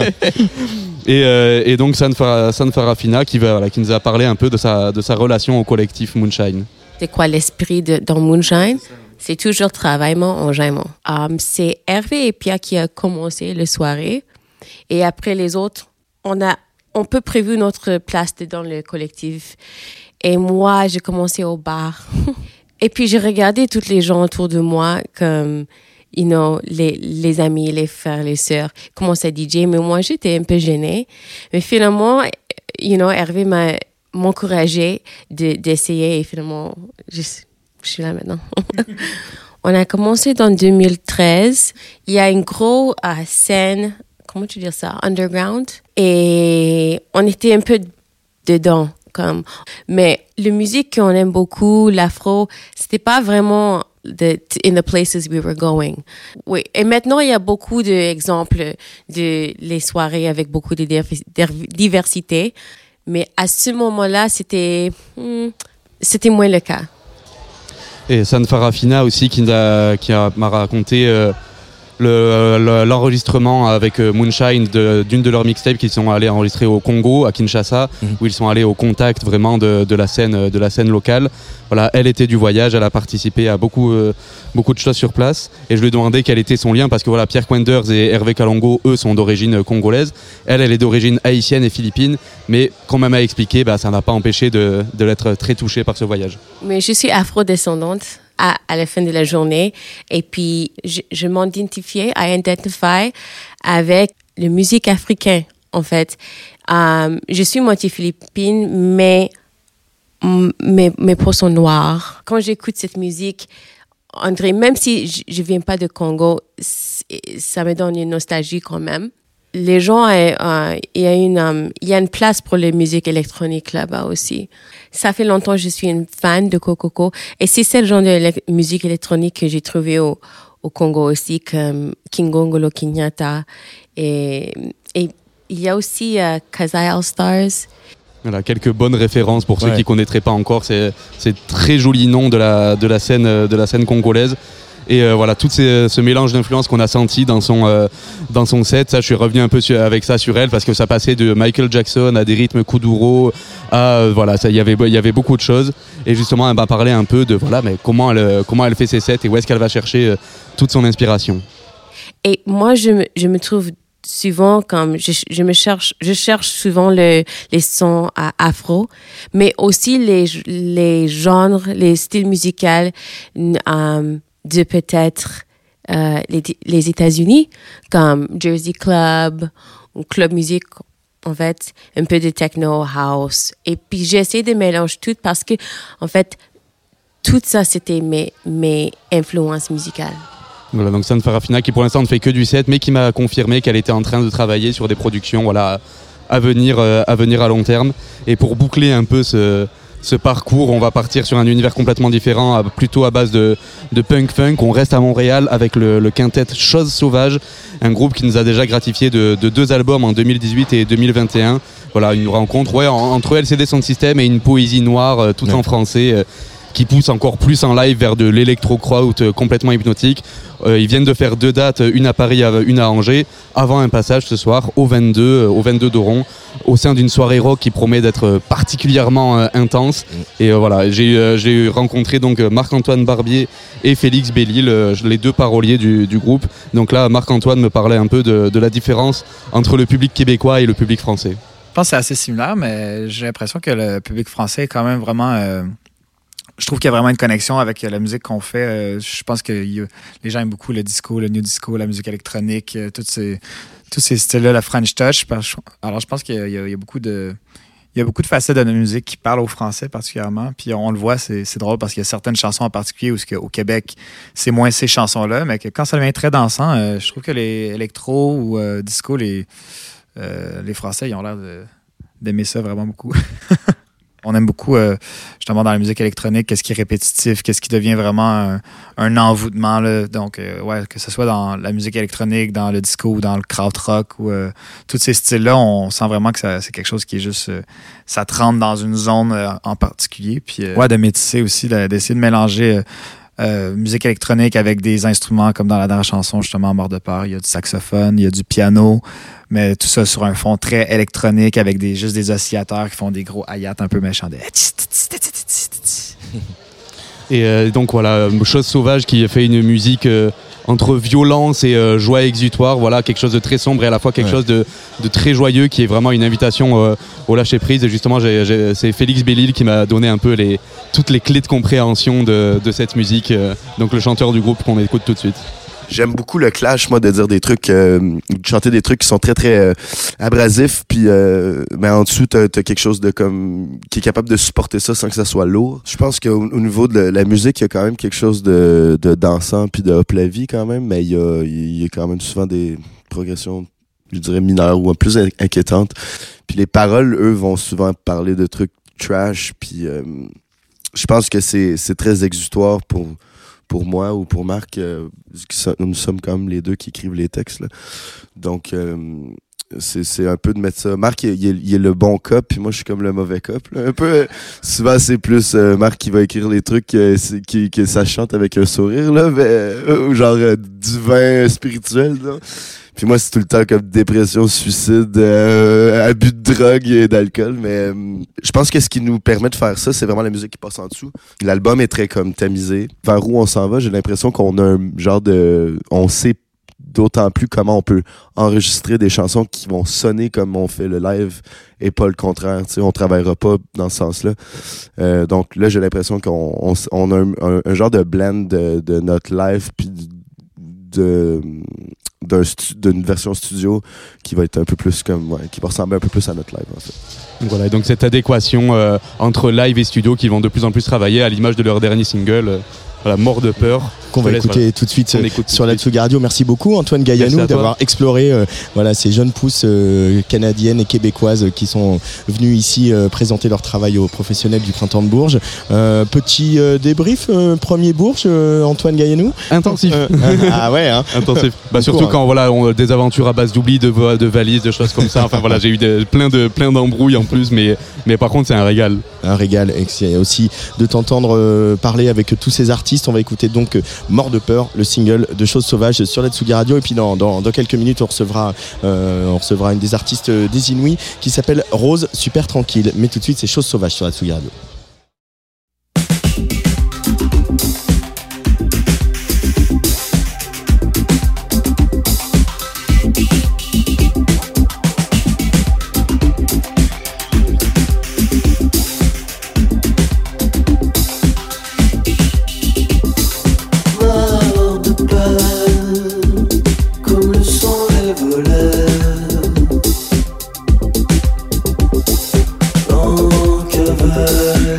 [SPEAKER 15] Et donc San Farafina qui nous a parlé un peu de sa relation au collectif Moonshine.
[SPEAKER 17] C'est quoi l'esprit dans Moonshine? C'est toujours travaillement, enjaillement. C'est Hervé et Pierre qui a commencé la soirée. Et après les autres, on peut prévu notre place dans le collectif. Et moi, j'ai commencé au bar. Et puis, j'ai regardé tous les gens autour de moi, comme, les amis, les frères, les sœurs, commençaient à DJ. Mais moi, j'étais un peu gênée. Mais finalement, Hervé m'a encouragé d'essayer. Et finalement, je suis là maintenant. On a commencé dans 2013. Il y a une grosse scène, comment tu dis ça, underground. Et on était un peu dedans, mais la musique qu'on aime beaucoup, l'afro, c'était pas vraiment in the places we were going. Oui. Et maintenant, il y a beaucoup d'exemples de les soirées avec beaucoup de diversité. Mais à ce moment-là, c'était moins le cas.
[SPEAKER 15] Et San Farafina aussi m'a raconté l'enregistrement avec Moonshine d'une de leurs mixtapes qu'ils sont allés enregistrer au Congo, à Kinshasa, où ils sont allés au contact vraiment de la scène locale. Voilà, elle était du voyage, elle a participé à beaucoup de choses sur place, et je lui ai demandé quel était son lien, parce que voilà, Pierre Quenders et Hervé Kalongo, eux, sont d'origine congolaise, elle est d'origine haïtienne et philippine, mais quand même à expliquer, ça n'a pas empêché de l'être très touchée par ce voyage.
[SPEAKER 17] Mais je suis afro-descendante à la fin de la journée, et puis je m'identifiais avec la musique africaine, en fait. Je suis moitié philippine, mais mes peaux sont noires. Quand j'écoute cette musique, André, même si je viens pas de Congo, ça me donne une nostalgie quand même. Les gens, il y a une place pour la musique électronique là-bas aussi. Ça fait longtemps que je suis une fan de Kokoko, et c'est ce genre de musique électronique que j'ai trouvé au Congo aussi, comme Kingongolo Kenyatta, et il y a aussi Kasai All Stars.
[SPEAKER 15] Voilà, quelques bonnes références pour ceux qui connaîtraient pas encore. C'est très joli nom de la scène congolaise. Et voilà, tout ce mélange d'influences qu'on a senti dans son set, ça, je suis revenu un peu avec ça sur elle, parce que ça passait de Michael Jackson à des rythmes kuduro, voilà, il y avait beaucoup de choses. Et justement, elle m'a parlé un peu de mais comment elle fait ses sets et où est-ce qu'elle va chercher toute son inspiration. Et moi, je me trouve souvent comme je cherche souvent les sons afro, mais aussi les genres, les styles musicaux de peut-être les États-Unis, comme Jersey Club ou Club Music, en fait, un peu de techno, house. Et puis j'essaie de mélanger tout, parce que en fait tout ça c'était mes influences musicales. Voilà, donc San Farafina qui pour l'instant ne fait que du set, mais qui m'a confirmé qu'elle était en train de travailler sur des productions à venir à long terme. Et pour boucler un peu ce parcours, on va partir sur un univers complètement différent, plutôt à base de punk funk. On reste à Montréal avec le quintet Chose Sauvage, un groupe qui nous a déjà gratifié de 2 albums en 2018 et 2021. Voilà, une rencontre entre LCD Sound System et une poésie noire tout en français, qui pousse encore plus en live vers de l'électro-kraut complètement hypnotique. Ils viennent de faire 2 dates, une à Paris, une à Angers, avant un passage ce soir au 22 d'Oron, au sein d'une soirée rock qui promet d'être particulièrement intense. Et voilà, j'ai rencontré donc Marc-Antoine Barbier et Félix Bellil, les 2 paroliers du groupe. Donc là, Marc-Antoine me parlait un peu de la différence entre le public québécois et le public français.
[SPEAKER 18] Je pense que c'est assez similaire, mais j'ai l'impression que le public français est quand même vraiment... je trouve qu'il y a vraiment une connexion avec la musique qu'on fait. Je pense que les gens aiment beaucoup le disco, le new disco, la musique électronique, tous ces styles-là, la French touch. Alors je pense qu'il y a beaucoup de y a beaucoup de facettes de la musique qui parlent au français particulièrement. Puis on le voit, c'est drôle parce qu'il y a certaines chansons en particulier où au Québec, c'est moins ces chansons-là, mais que quand ça devient très dansant, je trouve que les électro ou disco, les Français, ils ont l'air d'aimer ça vraiment beaucoup. On aime beaucoup, justement, dans la musique électronique, qu'est-ce qui est répétitif, qu'est-ce qui devient vraiment un envoûtement. Là. Donc, ouais, que ce soit dans la musique électronique, dans le disco ou dans le krautrock ou tous ces styles-là, on sent vraiment que c'est quelque chose qui est juste... ça te rentre dans une zone en particulier. Puis, ouais, de métisser aussi, d'essayer de mélanger... musique électronique avec des instruments comme dans la dernière chanson, justement, Mort de peur. Il y a du saxophone, il y a du piano, mais tout ça sur un fond très électronique avec juste des oscillateurs qui font des gros hi-hats un peu méchants.
[SPEAKER 15] Et donc voilà, Chose Sauvage qui fait une musique entre violence et joie exutoire, voilà, quelque chose de très sombre et à la fois quelque chose de très joyeux qui est vraiment une invitation au lâcher prise. Et justement, c'est Félix Bellil qui m'a donné un peu toutes les clés de compréhension de cette musique, donc le chanteur du groupe qu'on écoute tout de suite.
[SPEAKER 19] J'aime beaucoup le clash, moi, de dire des trucs, de chanter des trucs qui sont très, très abrasifs, puis mais en dessous, t'as quelque chose de comme qui est capable de supporter ça sans que ça soit lourd. Je pense qu'au niveau de la musique, il y a quand même quelque chose de dansant puis de hop la vie quand même, mais il y a quand même souvent des progressions, je dirais, mineures ou plus inquiétantes. Puis les paroles, eux, vont souvent parler de trucs trash, puis je pense que c'est très exutoire pour moi ou pour Marc, nous sommes quand même les deux qui écrivent les textes, là. Donc, c'est un peu de mettre ça. Marc, il est le bon cop, puis moi, je suis comme le mauvais cop, là. Un peu, souvent, c'est plus Marc qui va écrire les trucs que ça chante avec un sourire, là, mais, ou genre du vin spirituel, là. Puis moi, c'est tout le temps comme dépression, suicide, abus de drogue et d'alcool. Mais je pense que ce qui nous permet de faire ça, c'est vraiment la musique qui passe en dessous. L'album est très comme tamisé. Vers où on s'en va, j'ai l'impression qu'on a un genre de... On sait d'autant plus comment on peut enregistrer des chansons qui vont sonner comme on fait le live et pas le contraire. Tu sais, on travaillera pas dans ce sens-là. Donc là, j'ai l'impression qu'on a un genre de blend de notre live puis d'une version studio qui va être un peu plus comme qui va ressembler un peu plus à notre live en fait.
[SPEAKER 15] Donc voilà, donc cette adéquation entre live et studio qui vont de plus en plus travailler à l'image de leur dernier single Mort de peur,
[SPEAKER 5] qu'on va écouter tout de suite sur la Tsugi Radio. Merci beaucoup Antoine Gaillanou d'avoir exploré ces jeunes pousses canadiennes et québécoises qui sont venues ici présenter leur travail aux professionnels du Printemps de Bourges. Petit débrief, premier Bourges, Antoine Gaillanou.
[SPEAKER 15] Intensif.
[SPEAKER 5] Ah ouais, hein.
[SPEAKER 15] Intensif. Surtout quand on des aventures à base d'oubli, de valises, de choses comme ça. Enfin voilà, j'ai eu plein d'embrouilles en plus, mais par contre c'est un régal.
[SPEAKER 5] Un régal, et c'est aussi de t'entendre parler avec tous ces artistes. On va écouter donc Mort de peur, le single de Chose Sauvage sur la Tsugi Radio. Et puis dans quelques minutes, on recevra une des artistes des Inouïs qui s'appelle Rose, super tranquille. Mais tout de suite, c'est Chose Sauvage sur la Tsugi Radio.
[SPEAKER 10] En cavale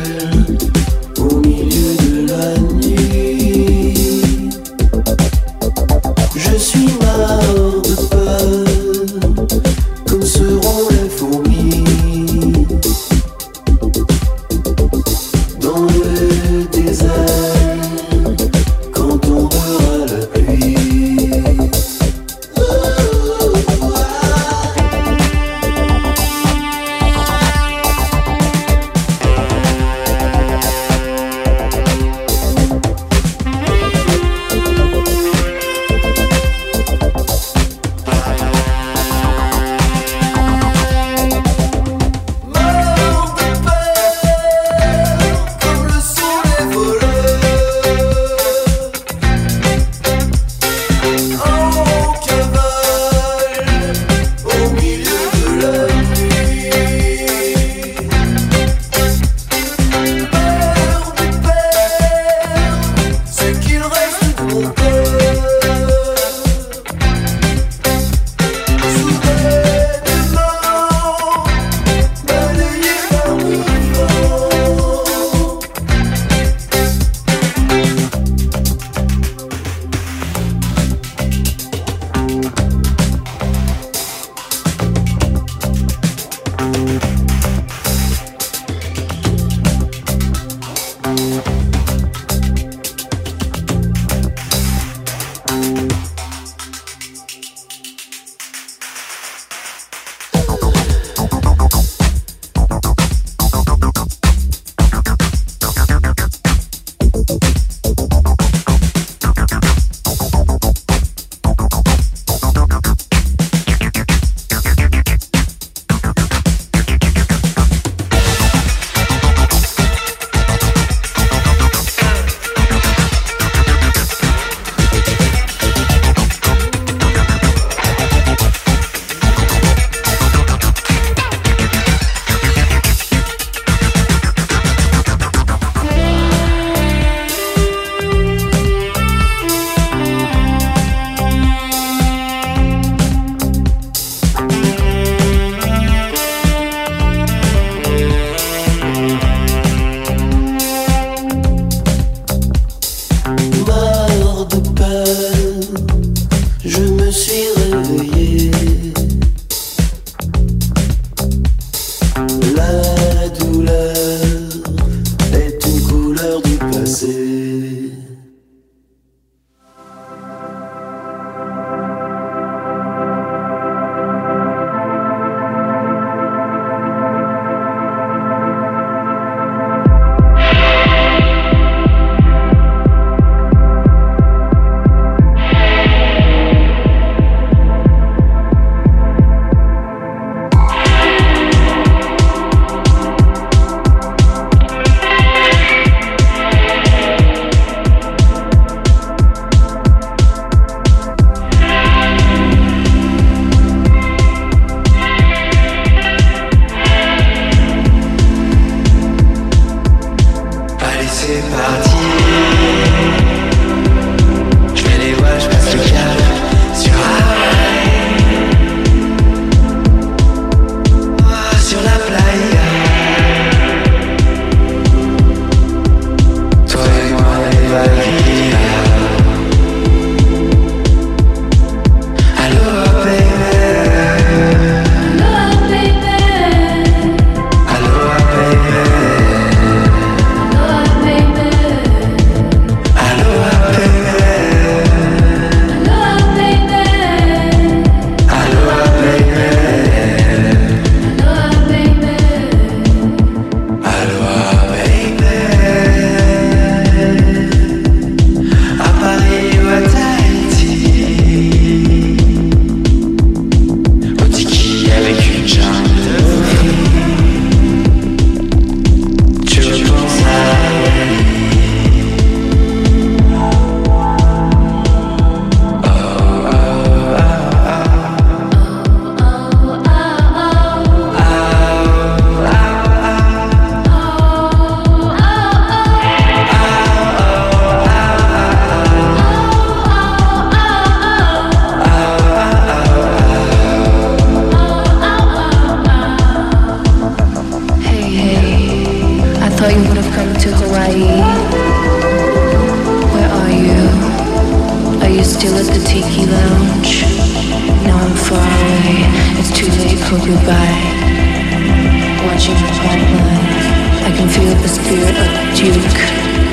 [SPEAKER 8] thought you would have come to Hawaii. Where are you? Are you still at the Tiki Lounge? Now I'm far away. It's too late for goodbye. Watching the pipeline, I can feel the spirit of Duke.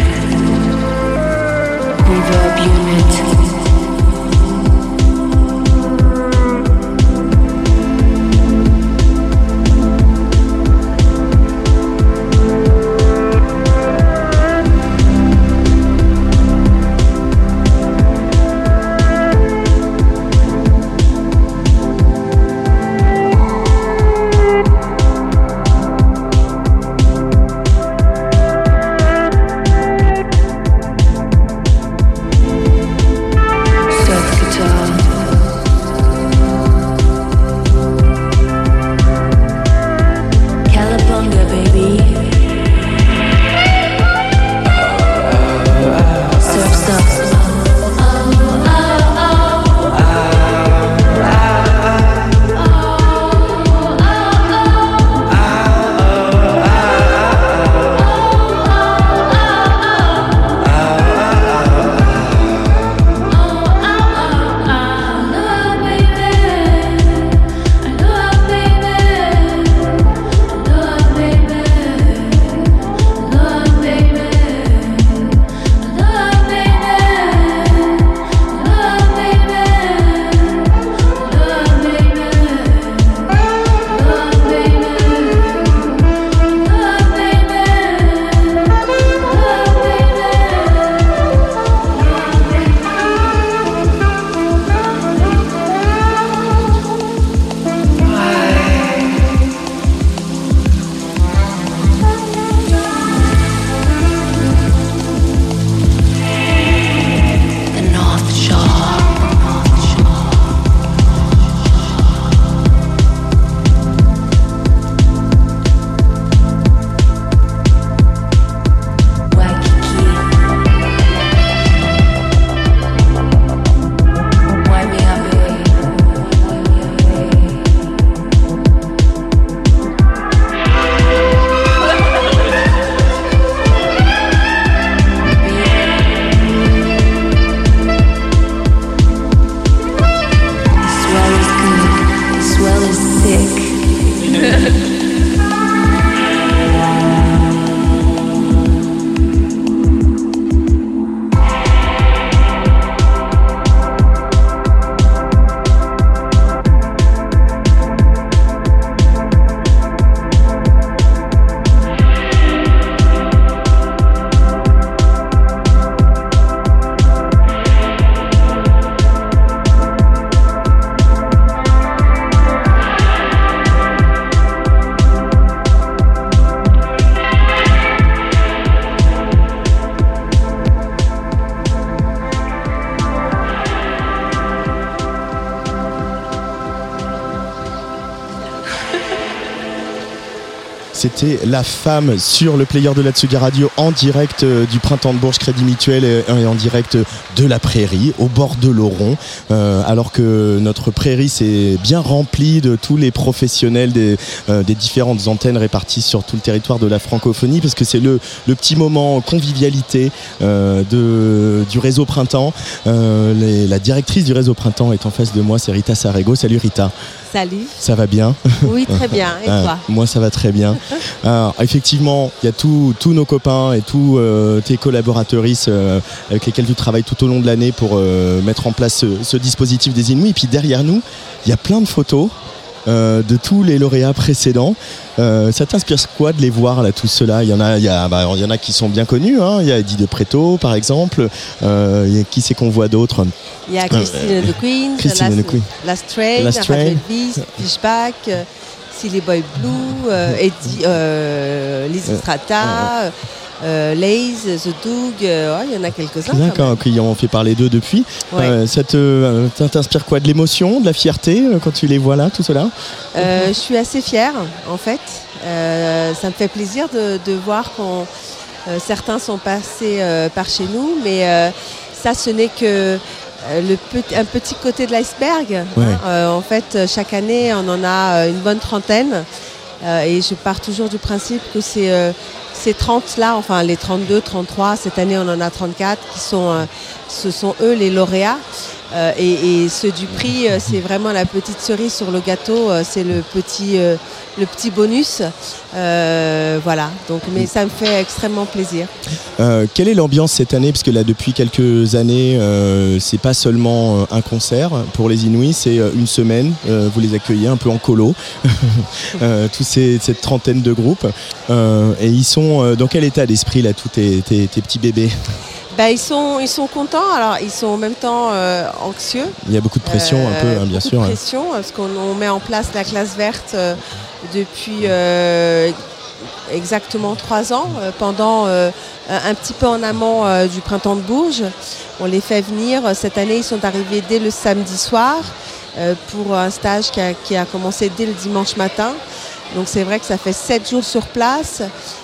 [SPEAKER 8] Reverb unit.
[SPEAKER 5] C'était La Femme sur le player de la Tsugi Radio en direct du Printemps de Bourges Crédit Mutuel et en direct de la prairie au bord de l'Oron, alors que notre prairie s'est bien remplie de tous les professionnels des différentes antennes réparties sur tout le territoire de la francophonie, parce que c'est le petit moment convivialité du réseau Printemps. La directrice du réseau Printemps est en face de moi, c'est Rita Sarego. Salut Rita.
[SPEAKER 20] Salut.
[SPEAKER 5] Ça va bien?
[SPEAKER 20] Oui, très bien. Et toi?
[SPEAKER 5] Moi, ça va très bien. Alors, effectivement, il y a tous nos copains et tous tes collaboratrices avec lesquels tu travailles tout au long de l'année pour mettre en place ce dispositif des Inouïs. Et puis derrière nous, il y a plein de photos de tous les lauréats précédents. Ça t'inspire quoi de les voir là, tous ceux-là? Il y en a qui sont bien connus, hein. Il y a Eddie de Préto par exemple. Qui c'est qu'on voit d'autres?
[SPEAKER 20] Il y a Christine de Queen, Last Train, Radio Elvis, Fishback, Silly Boy Blue, Eddie, Lizzy Strata, Laze, The Doug, il y en a quelques-uns.
[SPEAKER 5] D'accord, qui ont fait parler d'eux depuis. Ouais. Ça t'inspire quoi? De l'émotion, de la fierté quand tu les vois là, tout cela?
[SPEAKER 20] Je suis assez fière en fait. Ça me fait plaisir de voir qu'on certains sont passés par chez nous, mais ça ce n'est que un petit côté de l'iceberg. Ouais. En fait, chaque année, on en a une bonne trentaine. Et je pars toujours du principe que c'est ces 30-là, enfin les 32, 33, cette année on en a 34, ce sont eux les lauréats. Et ceux du prix, c'est vraiment la petite cerise sur le gâteau, c'est le petit bonus. Voilà, donc, mais ça me fait extrêmement plaisir.
[SPEAKER 5] Quelle est l'ambiance cette année? Parce que là, depuis quelques années, c'est pas seulement un concert pour les Inouïs, c'est une semaine. Vous les accueillez un peu en colo, cette trentaine de groupes. Et ils sont dans quel état d'esprit, là, tous tes petits bébés?
[SPEAKER 20] Ils sont contents, alors ils sont en même temps anxieux.
[SPEAKER 5] Il y a beaucoup de pression, un peu, hein, bien sûr.
[SPEAKER 20] Beaucoup de pression, parce qu'on met en place la classe verte depuis exactement 3 ans, pendant un petit peu en amont du printemps de Bourges. On les fait venir. Cette année, ils sont arrivés dès le samedi soir pour un stage qui a commencé dès le dimanche matin. Donc c'est vrai que ça fait 7 jours sur place.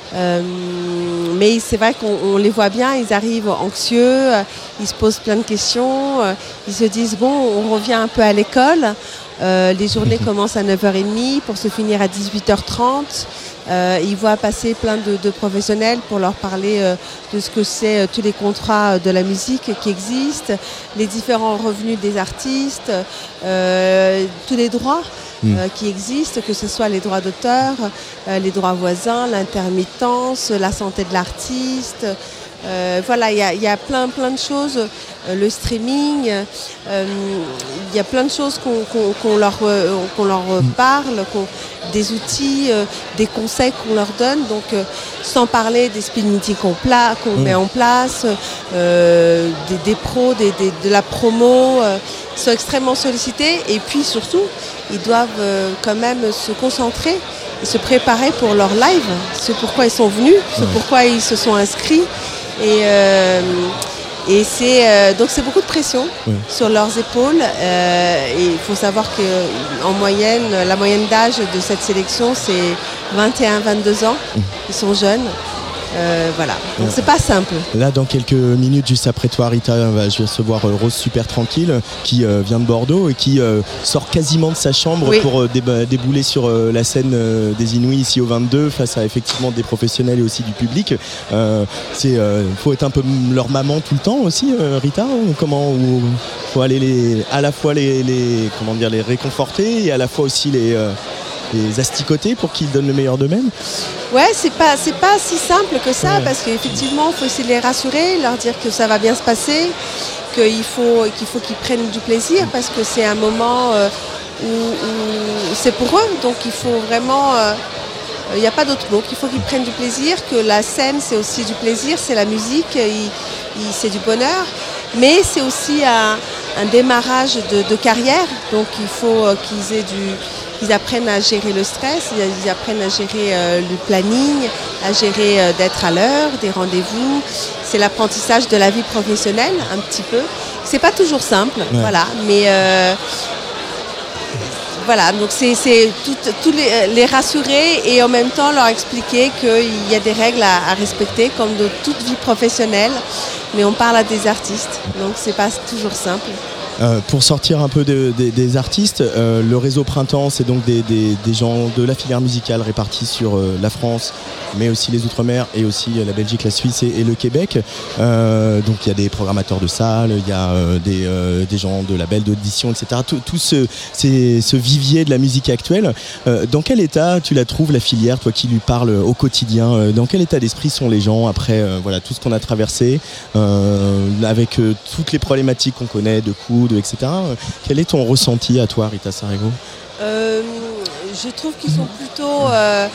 [SPEAKER 20] Mais c'est vrai qu'on les voit bien, ils arrivent anxieux, ils se posent plein de questions, ils se disent bon, on revient un peu à l'école, les journées commencent à 9h30 pour se finir à 18h30, ils voient passer plein de professionnels pour leur parler de ce que c'est tous les contrats de la musique qui existent, les différents revenus des artistes, tous les droits qui existent, que ce soit les droits d'auteur, les droits voisins, l'intermittence, la santé de l'artiste. Voilà, il y a plein de choses, le streaming, il y a plein de choses qu'on leur parle, des outils, des conseils qu'on leur donne, donc sans parler des speed meetings qu'on met en place, des pros, de la promo, ils sont extrêmement sollicités, et puis surtout, ils doivent quand même se concentrer et se préparer pour leur live, ce pourquoi ils sont venus, ce pourquoi ils se sont inscrits. Et donc c'est beaucoup de pression sur leurs épaules. Et il faut savoir qu'en moyenne, la moyenne d'âge de cette sélection, c'est 21-22 ans. Ils sont jeunes. Voilà, donc c'est pas simple.
[SPEAKER 5] Là, dans quelques minutes, juste après toi, Rita, je vais recevoir Rose Super Tranquille, qui vient de Bordeaux et qui sort quasiment de sa chambre pour débouler sur la scène des Inouïs ici au 22, face à effectivement des professionnels et aussi du public. Faut être un peu leur maman tout le temps aussi, Rita. Comment faut aller à la fois les réconforter et à la fois aussi les asticoter pour qu'ils donnent le meilleur d'eux-mêmes?
[SPEAKER 20] Ouais, c'est pas si simple que ça, parce qu'effectivement, il faut essayer de les rassurer, leur dire que ça va bien se passer, qu'il faut qu'ils prennent du plaisir, parce que c'est un moment où c'est pour eux, donc il faut vraiment... Il n'y a pas d'autre mot, qu'il faut qu'ils prennent du plaisir, que la scène c'est aussi du plaisir, c'est la musique, c'est du bonheur, mais c'est aussi un démarrage de carrière, donc il faut qu'ils apprennent à gérer le stress, ils apprennent à gérer le planning, à gérer d'être à l'heure, des rendez-vous. C'est l'apprentissage de la vie professionnelle, un petit peu. C'est pas toujours simple, voilà, mais voilà, donc c'est les rassurer et en même temps leur expliquer qu'il y a des règles à respecter, comme de toute vie professionnelle, mais on parle à des artistes, donc c'est pas toujours simple.
[SPEAKER 5] Pour sortir un peu des artistes, le réseau Printemps, c'est donc des gens de la filière musicale répartis sur la France, mais aussi les Outre-mer et aussi la Belgique, la Suisse et le Québec. Donc il y a des programmateurs de salles, il y a des gens de labels d'audition, etc. Tout ce vivier de la musique actuelle. Dans quel état tu la trouves, la filière, toi qui lui parles au quotidien? Dans quel état d'esprit sont les gens après tout ce qu'on a traversé, avec toutes les problématiques qu'on connaît de coûts, etc. Quel est ton ressenti à toi, Rita Sarego?
[SPEAKER 20] Je trouve qu'ils sont plutôt...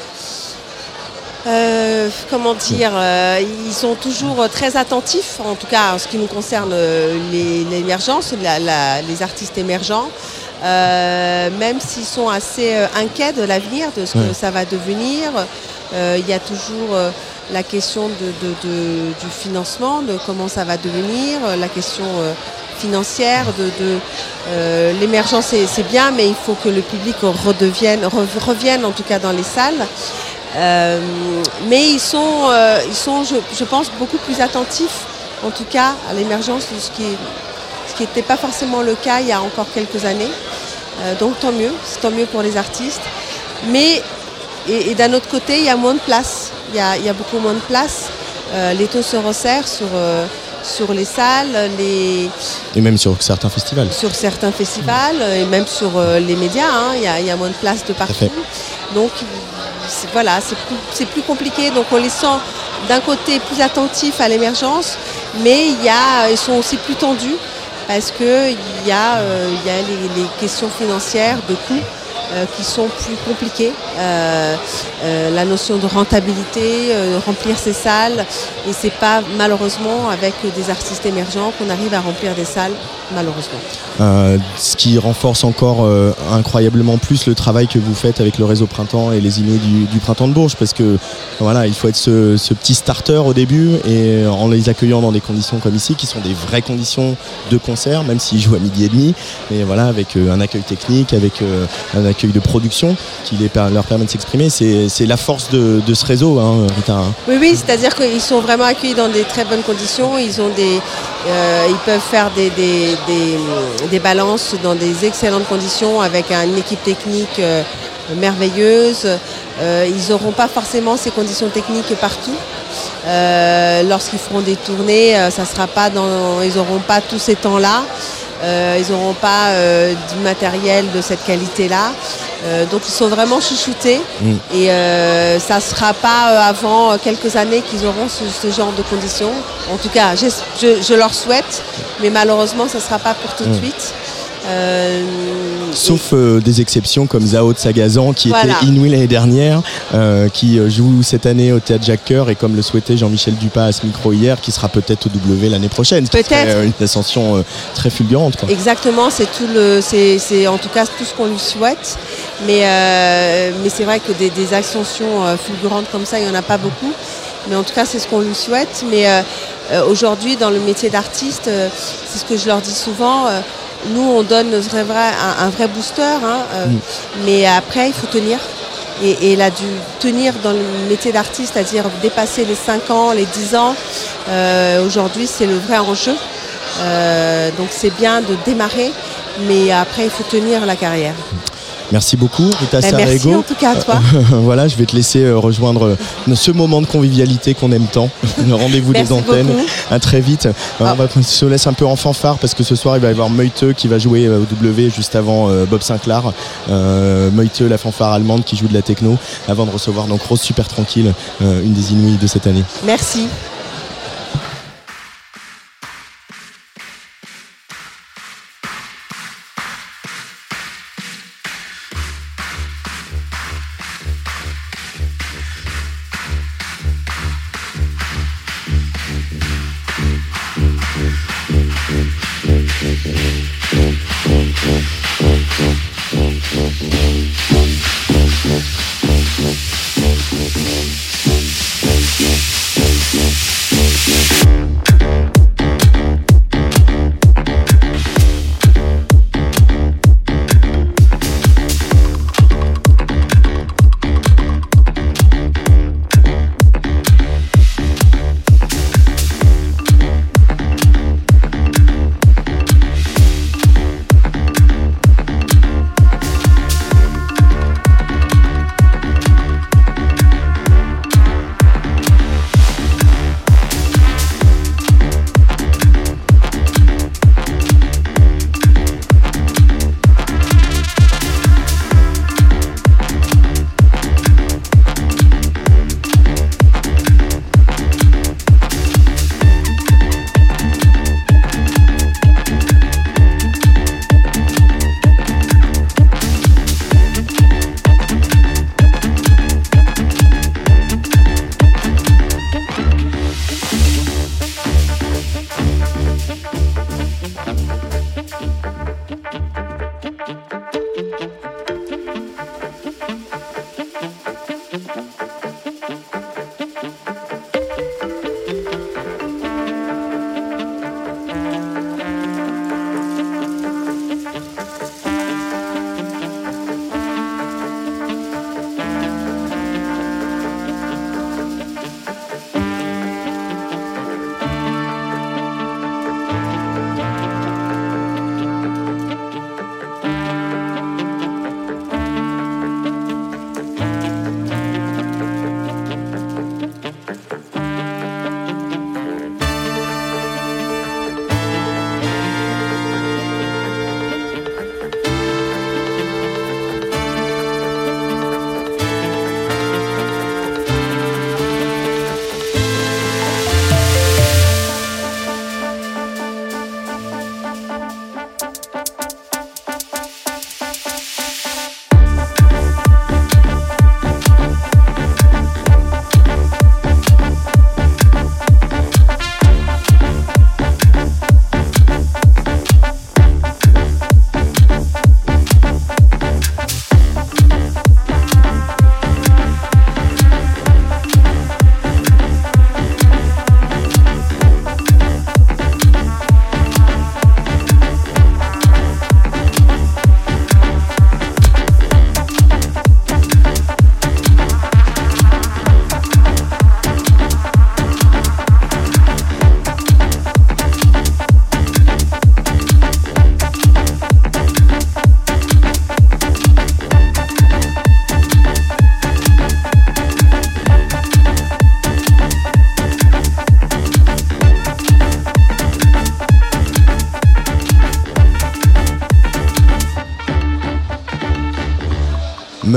[SPEAKER 20] ils sont toujours très attentifs, en tout cas en ce qui nous concerne l'émergence, les artistes émergents, même s'ils sont assez inquiets de l'avenir, de ce que ça va devenir. Il y a toujours la question du financement, de comment ça va devenir, la question financière, l'émergence c'est bien, mais il faut que le public revienne en tout cas dans les salles. Mais ils sont je pense, beaucoup plus attentifs, en tout cas, à l'émergence de ce qui n'était pas forcément le cas il y a encore quelques années. Donc tant mieux, c'est tant mieux pour les artistes. Mais et d'un autre côté, il y a moins de place Il y a beaucoup moins de place. L'étau se resserre sur les salles,
[SPEAKER 5] Et même sur certains festivals.
[SPEAKER 20] sur certains festivals et même sur les médias. Hein. Il y a moins de place de partout. Donc c'est plus compliqué. Donc on les sent d'un côté plus attentifs à l'émergence, mais ils sont aussi plus tendus parce qu'il y a les questions financières de coûts qui sont plus compliquées. La notion de rentabilité, remplir ces salles, et c'est pas malheureusement avec des artistes émergents qu'on arrive à remplir des salles, malheureusement.
[SPEAKER 5] Ce qui renforce encore incroyablement plus le travail que vous faites avec le réseau Printemps et les Inouïs du Printemps de Bourges, parce que voilà, il faut être ce petit starter au début, et en les accueillant dans des conditions comme ici, qui sont des vraies conditions de concert, même s'ils jouent à 12h30, mais voilà, avec un accueil technique, avec un accueil de production qui leur permet de s'exprimer. C'est la force de ce réseau, hein, Rita.
[SPEAKER 20] Oui, c'est-à-dire qu'ils sont vraiment accueillis dans des très bonnes conditions. Ils peuvent faire des balances dans des excellentes conditions avec une équipe technique merveilleuse. Ils n'auront pas forcément ces conditions techniques partout. Lorsqu'ils feront des tournées, ils n'auront pas tous ces temps-là. Ils n'auront pas du matériel de cette qualité-là. Donc ils sont vraiment chouchoutés. Et ça ne sera pas avant quelques années qu'ils auront ce genre de conditions. En tout cas, je leur souhaite, mais malheureusement, ça ne sera pas pour tout de suite.
[SPEAKER 5] Sauf des exceptions comme Zao de Sagazan qui était inouï l'année dernière, qui joue cette année au Théâtre Jacques Coeur, et comme le souhaitait Jean-Michel Dupas à ce micro hier, qui sera peut-être au W l'année prochaine. Peut-être une ascension très fulgurante, quoi.
[SPEAKER 20] Exactement, c'est en tout cas tout ce qu'on lui souhaite. Mais c'est vrai que des ascensions fulgurantes comme ça, il n'y en a pas beaucoup. Mais en tout cas, c'est ce qu'on lui souhaite. Mais aujourd'hui, dans le métier d'artiste, c'est ce que je leur dis souvent. Nous, on donne un vrai booster, mais après, il faut tenir. Et il a dû tenir dans le métier d'artiste, c'est-à-dire dépasser les 5 ans, les 10 ans. Aujourd'hui, c'est le vrai enjeu. Donc, c'est bien de démarrer, mais après, il faut tenir la carrière.
[SPEAKER 5] Merci beaucoup, Rita Sarego.
[SPEAKER 20] Merci en tout cas à toi.
[SPEAKER 5] Voilà, je vais te laisser rejoindre ce moment de convivialité qu'on aime tant. Le rendez-vous des antennes. Beaucoup. À très vite. On se laisse un peu en fanfare parce que ce soir il va y avoir Meute qui va jouer au W juste avant Bob Sinclair. Meute, la fanfare allemande qui joue de la techno, avant de recevoir donc Rose Super Tranquille, une des Inouïs de cette année.
[SPEAKER 20] Merci.
[SPEAKER 13] Yeah.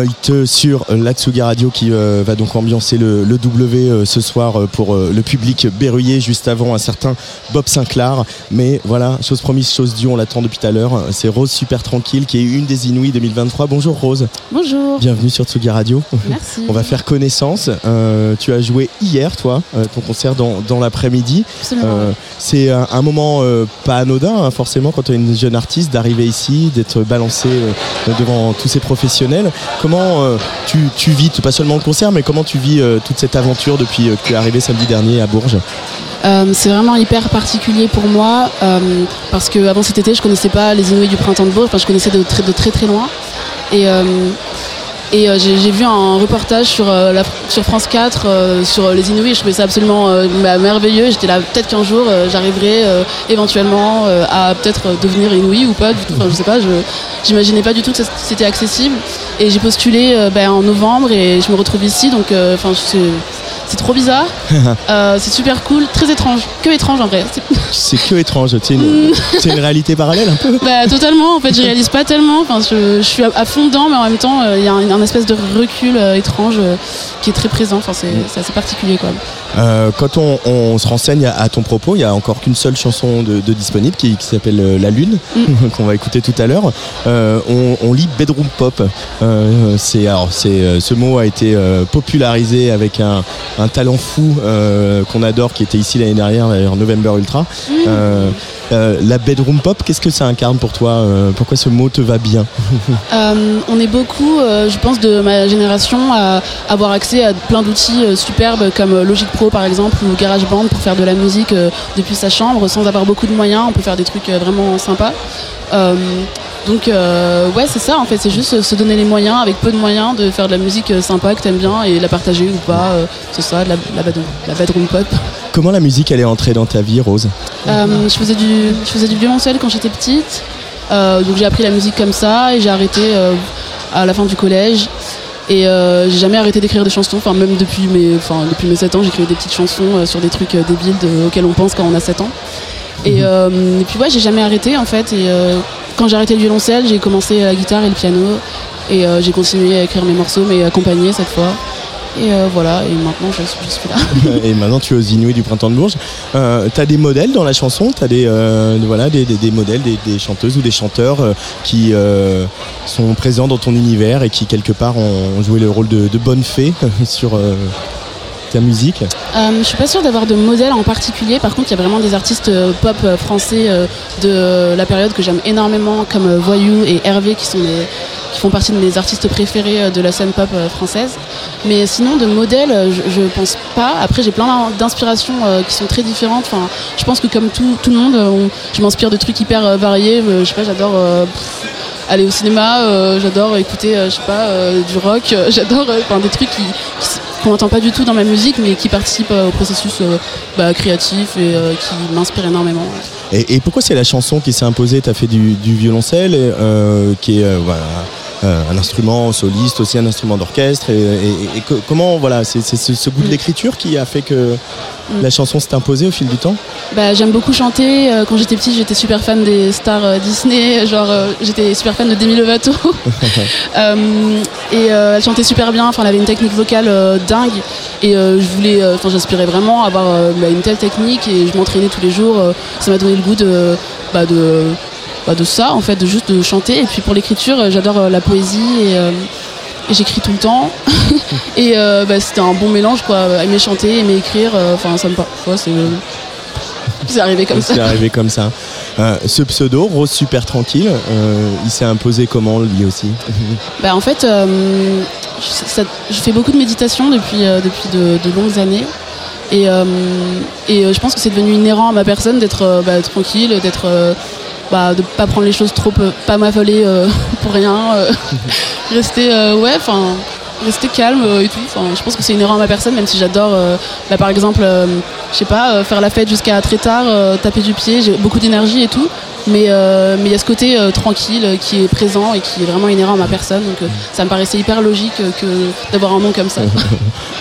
[SPEAKER 5] Meute sur la Tsugi Radio qui va donc ambiancer le W ce soir pour le public berruyer juste avant un certain Bob Sinclair. Mais voilà, chose promise, chose due, on l'attend depuis tout à l'heure. C'est Rose Super Tranquille qui est une des Inouïs 2023. Bonjour Rose.
[SPEAKER 21] Bonjour.
[SPEAKER 5] Bienvenue sur Tsugi Radio.
[SPEAKER 21] Merci.
[SPEAKER 5] On va faire connaissance. Tu as joué hier, toi, ton concert dans l'après-midi.
[SPEAKER 21] Absolument.
[SPEAKER 5] C'est un moment pas anodin, hein, forcément, quand tu es une jeune artiste, d'arriver ici, d'être balancée devant tous ces professionnels. Comment tu vis, pas seulement le concert, mais comment tu vis toute cette aventure depuis que tu es arrivé samedi dernier à Bourges?
[SPEAKER 21] C'est vraiment hyper particulier pour moi parce qu'avant cet été je connaissais pas les Inouïs du printemps de Bourges, enfin, je connaissais de très loin et j'ai vu un reportage sur France 4 sur les Inouïs. Je trouvais ça absolument merveilleux. J'étais là, peut-être qu'un jour j'arriverai éventuellement à peut-être devenir Inouï ou pas du tout. Enfin, je sais pas, j'imaginais pas du tout que c'était accessible. Et j'ai postulé en novembre et je me retrouve ici. Donc, c'est trop bizarre. C'est super cool, très étrange. Que étrange en vrai.
[SPEAKER 5] C'est que étrange. C'est une réalité parallèle un peu.
[SPEAKER 21] Totalement. En fait, je réalise pas tellement. Enfin, je suis à fond dedans, mais en même temps, il y a un espèce de recul étrange qui est très présent. Enfin, c'est assez particulier, quoi.
[SPEAKER 5] Quand on se renseigne à ton propos, il n'y a encore qu'une seule chanson de disponible qui s'appelle La Lune, qu'on va écouter tout à l'heure. On lit Bedroom Pop. Ce mot a été popularisé avec un talent fou qu'on adore, qui était ici l'année dernière, d'ailleurs, November Ultra. La Bedroom Pop, qu'est-ce que ça incarne pour toi? Pourquoi ce mot te va bien?
[SPEAKER 21] On est beaucoup, je pense, de ma génération à avoir accès à plein d'outils superbes comme Logic Pro par exemple ou GarageBand pour faire de la musique depuis sa chambre sans avoir beaucoup de moyens. On peut faire des trucs vraiment sympas. Donc ouais, c'est ça en fait, c'est juste se donner les moyens avec peu de moyens de faire de la musique sympa que t'aimes bien et la partager ou pas. C'est ça, la bedroom pop.
[SPEAKER 5] Comment la musique elle est entrée dans ta vie, Rose?
[SPEAKER 21] Je faisais du violoncelle quand j'étais petite, donc j'ai appris la musique comme ça et j'ai arrêté à la fin du collège. Et j'ai jamais arrêté d'écrire des chansons, enfin même depuis mes 7 ans, j'écris des petites chansons sur des trucs débiles auxquels on pense quand on a 7 ans. Et puis ouais, j'ai jamais arrêté en fait. Et quand j'ai arrêté le violoncelle, j'ai commencé la guitare et le piano. Et j'ai continué à écrire mes morceaux, mais accompagné cette fois. Et voilà, et maintenant je suis là.
[SPEAKER 5] Et maintenant tu es aux Inouïs du printemps de Bourges. T'as des modèles dans la chanson? T'as des modèles, des chanteuses ou des chanteurs qui sont présents dans ton univers et qui quelque part ont joué le rôle de bonne fée sur ta musique?
[SPEAKER 21] Je suis pas sûre d'avoir de modèle en particulier. Par contre, il y a vraiment des artistes pop français de la période que j'aime énormément, comme Voyou et Hervé, qui font partie de mes artistes préférés de la scène pop française. Mais sinon, de modèle, je pense pas. Après, j'ai plein d'inspirations qui sont très différentes. Enfin, je pense que comme tout le monde, je m'inspire de trucs hyper variés. Je sais pas, j'adore aller au cinéma, j'adore écouter, du rock, j'adore des trucs qu'on n'entend pas du tout dans ma musique, mais qui participent au processus créatif et qui m'inspire énormément.
[SPEAKER 5] Et pourquoi c'est la chanson qui s'est imposée? Tu as fait du violoncelle, qui est un instrument soliste, aussi un instrument d'orchestre. Et comment, voilà, c'est ce goût de l'écriture qui a fait que la chanson s'est imposée au fil du temps?
[SPEAKER 21] J'aime beaucoup chanter. Quand j'étais petite, j'étais super fan des stars Disney. J'étais super fan de Demi Lovato. Elle chantait super bien. Enfin, elle avait une technique vocale dingue. Et j'aspirais vraiment à avoir une telle technique. Et je m'entraînais tous les jours. Ça m'a donné le goût de ça, en fait, de juste de chanter. Et puis pour l'écriture, j'adore la poésie et j'écris tout le temps. Et c'était un bon mélange, quoi. Aimer chanter, aimer écrire, ça me parle. C'est arrivé comme ça.
[SPEAKER 5] C'est arrivé comme ça. Ce pseudo, Rose Super Tranquille, il s'est imposé comment, lui aussi?
[SPEAKER 21] En fait, je fais beaucoup de méditation depuis de longues années. Et je pense que c'est devenu inhérent à ma personne d'être tranquille, d'être de pas prendre les choses trop, pas m'affoler pour rien, rester calme et tout. Je pense que c'est inhérent à ma personne, même si j'adore par exemple faire la fête jusqu'à très tard, taper du pied, j'ai beaucoup d'énergie et tout, mais il y a ce côté tranquille qui est présent et qui est vraiment inhérent à ma personne, donc ça me paraissait hyper logique d'avoir un nom comme ça.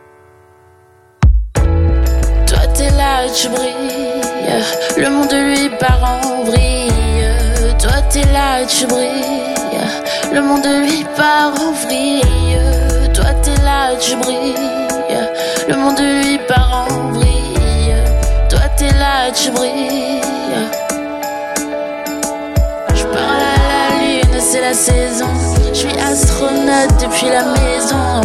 [SPEAKER 2] là, tu brilles. Le monde lui part en vrille. Toi t'es là, tu brilles. Le monde lui part en vrille. Toi t'es là, tu brilles. Le monde lui part en vrille. Toi t'es là, tu brilles. Je parle à la lune, c'est la saison. Je suis astronaute depuis la maison.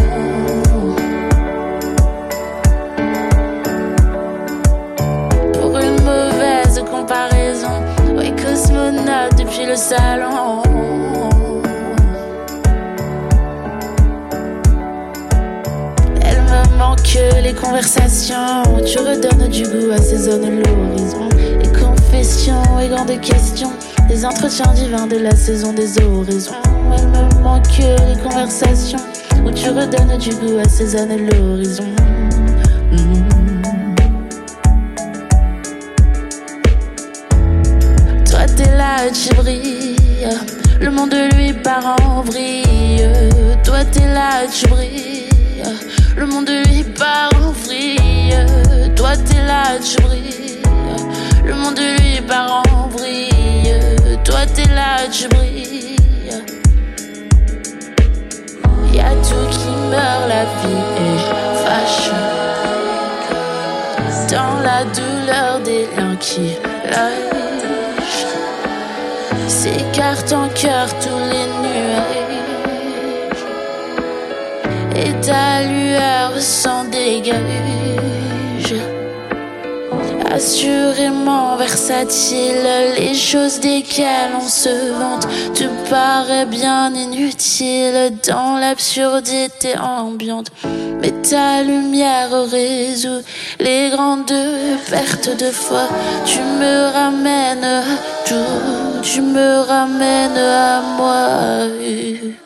[SPEAKER 2] Pour une mauvaise comparaison, oui, cosmonaute depuis le salon. Elle me manque les conversations. Tu redonnes du goût, assaisonnes l'horizon. Les confessions et grandes questions, les entretiens divins de la saison des oraisons. Elle me manque les conversations où tu redonnes du goût, assaisonnes l'horizon. Toi t'es là, tu brilles. Le monde lui part en vrille. Toi t'es là, tu brilles. Le monde lui part en vrille. Toi t'es là, tu brilles. Le monde lui part en vrille. Toi t'es là, tu brilles. Y'a tout qui meurt, la vie est fâche. Dans la douleur des liens qui lâchent, s'écartent en cœur tous les nuages. Et ta lueur s'en dégage. Assurément versatile, les choses desquelles on se vante te paraît bien inutile dans l'absurdité ambiante. Mais ta lumière résout les grandes pertes de foi. Tu me ramènes à tout, tu me ramènes à moi.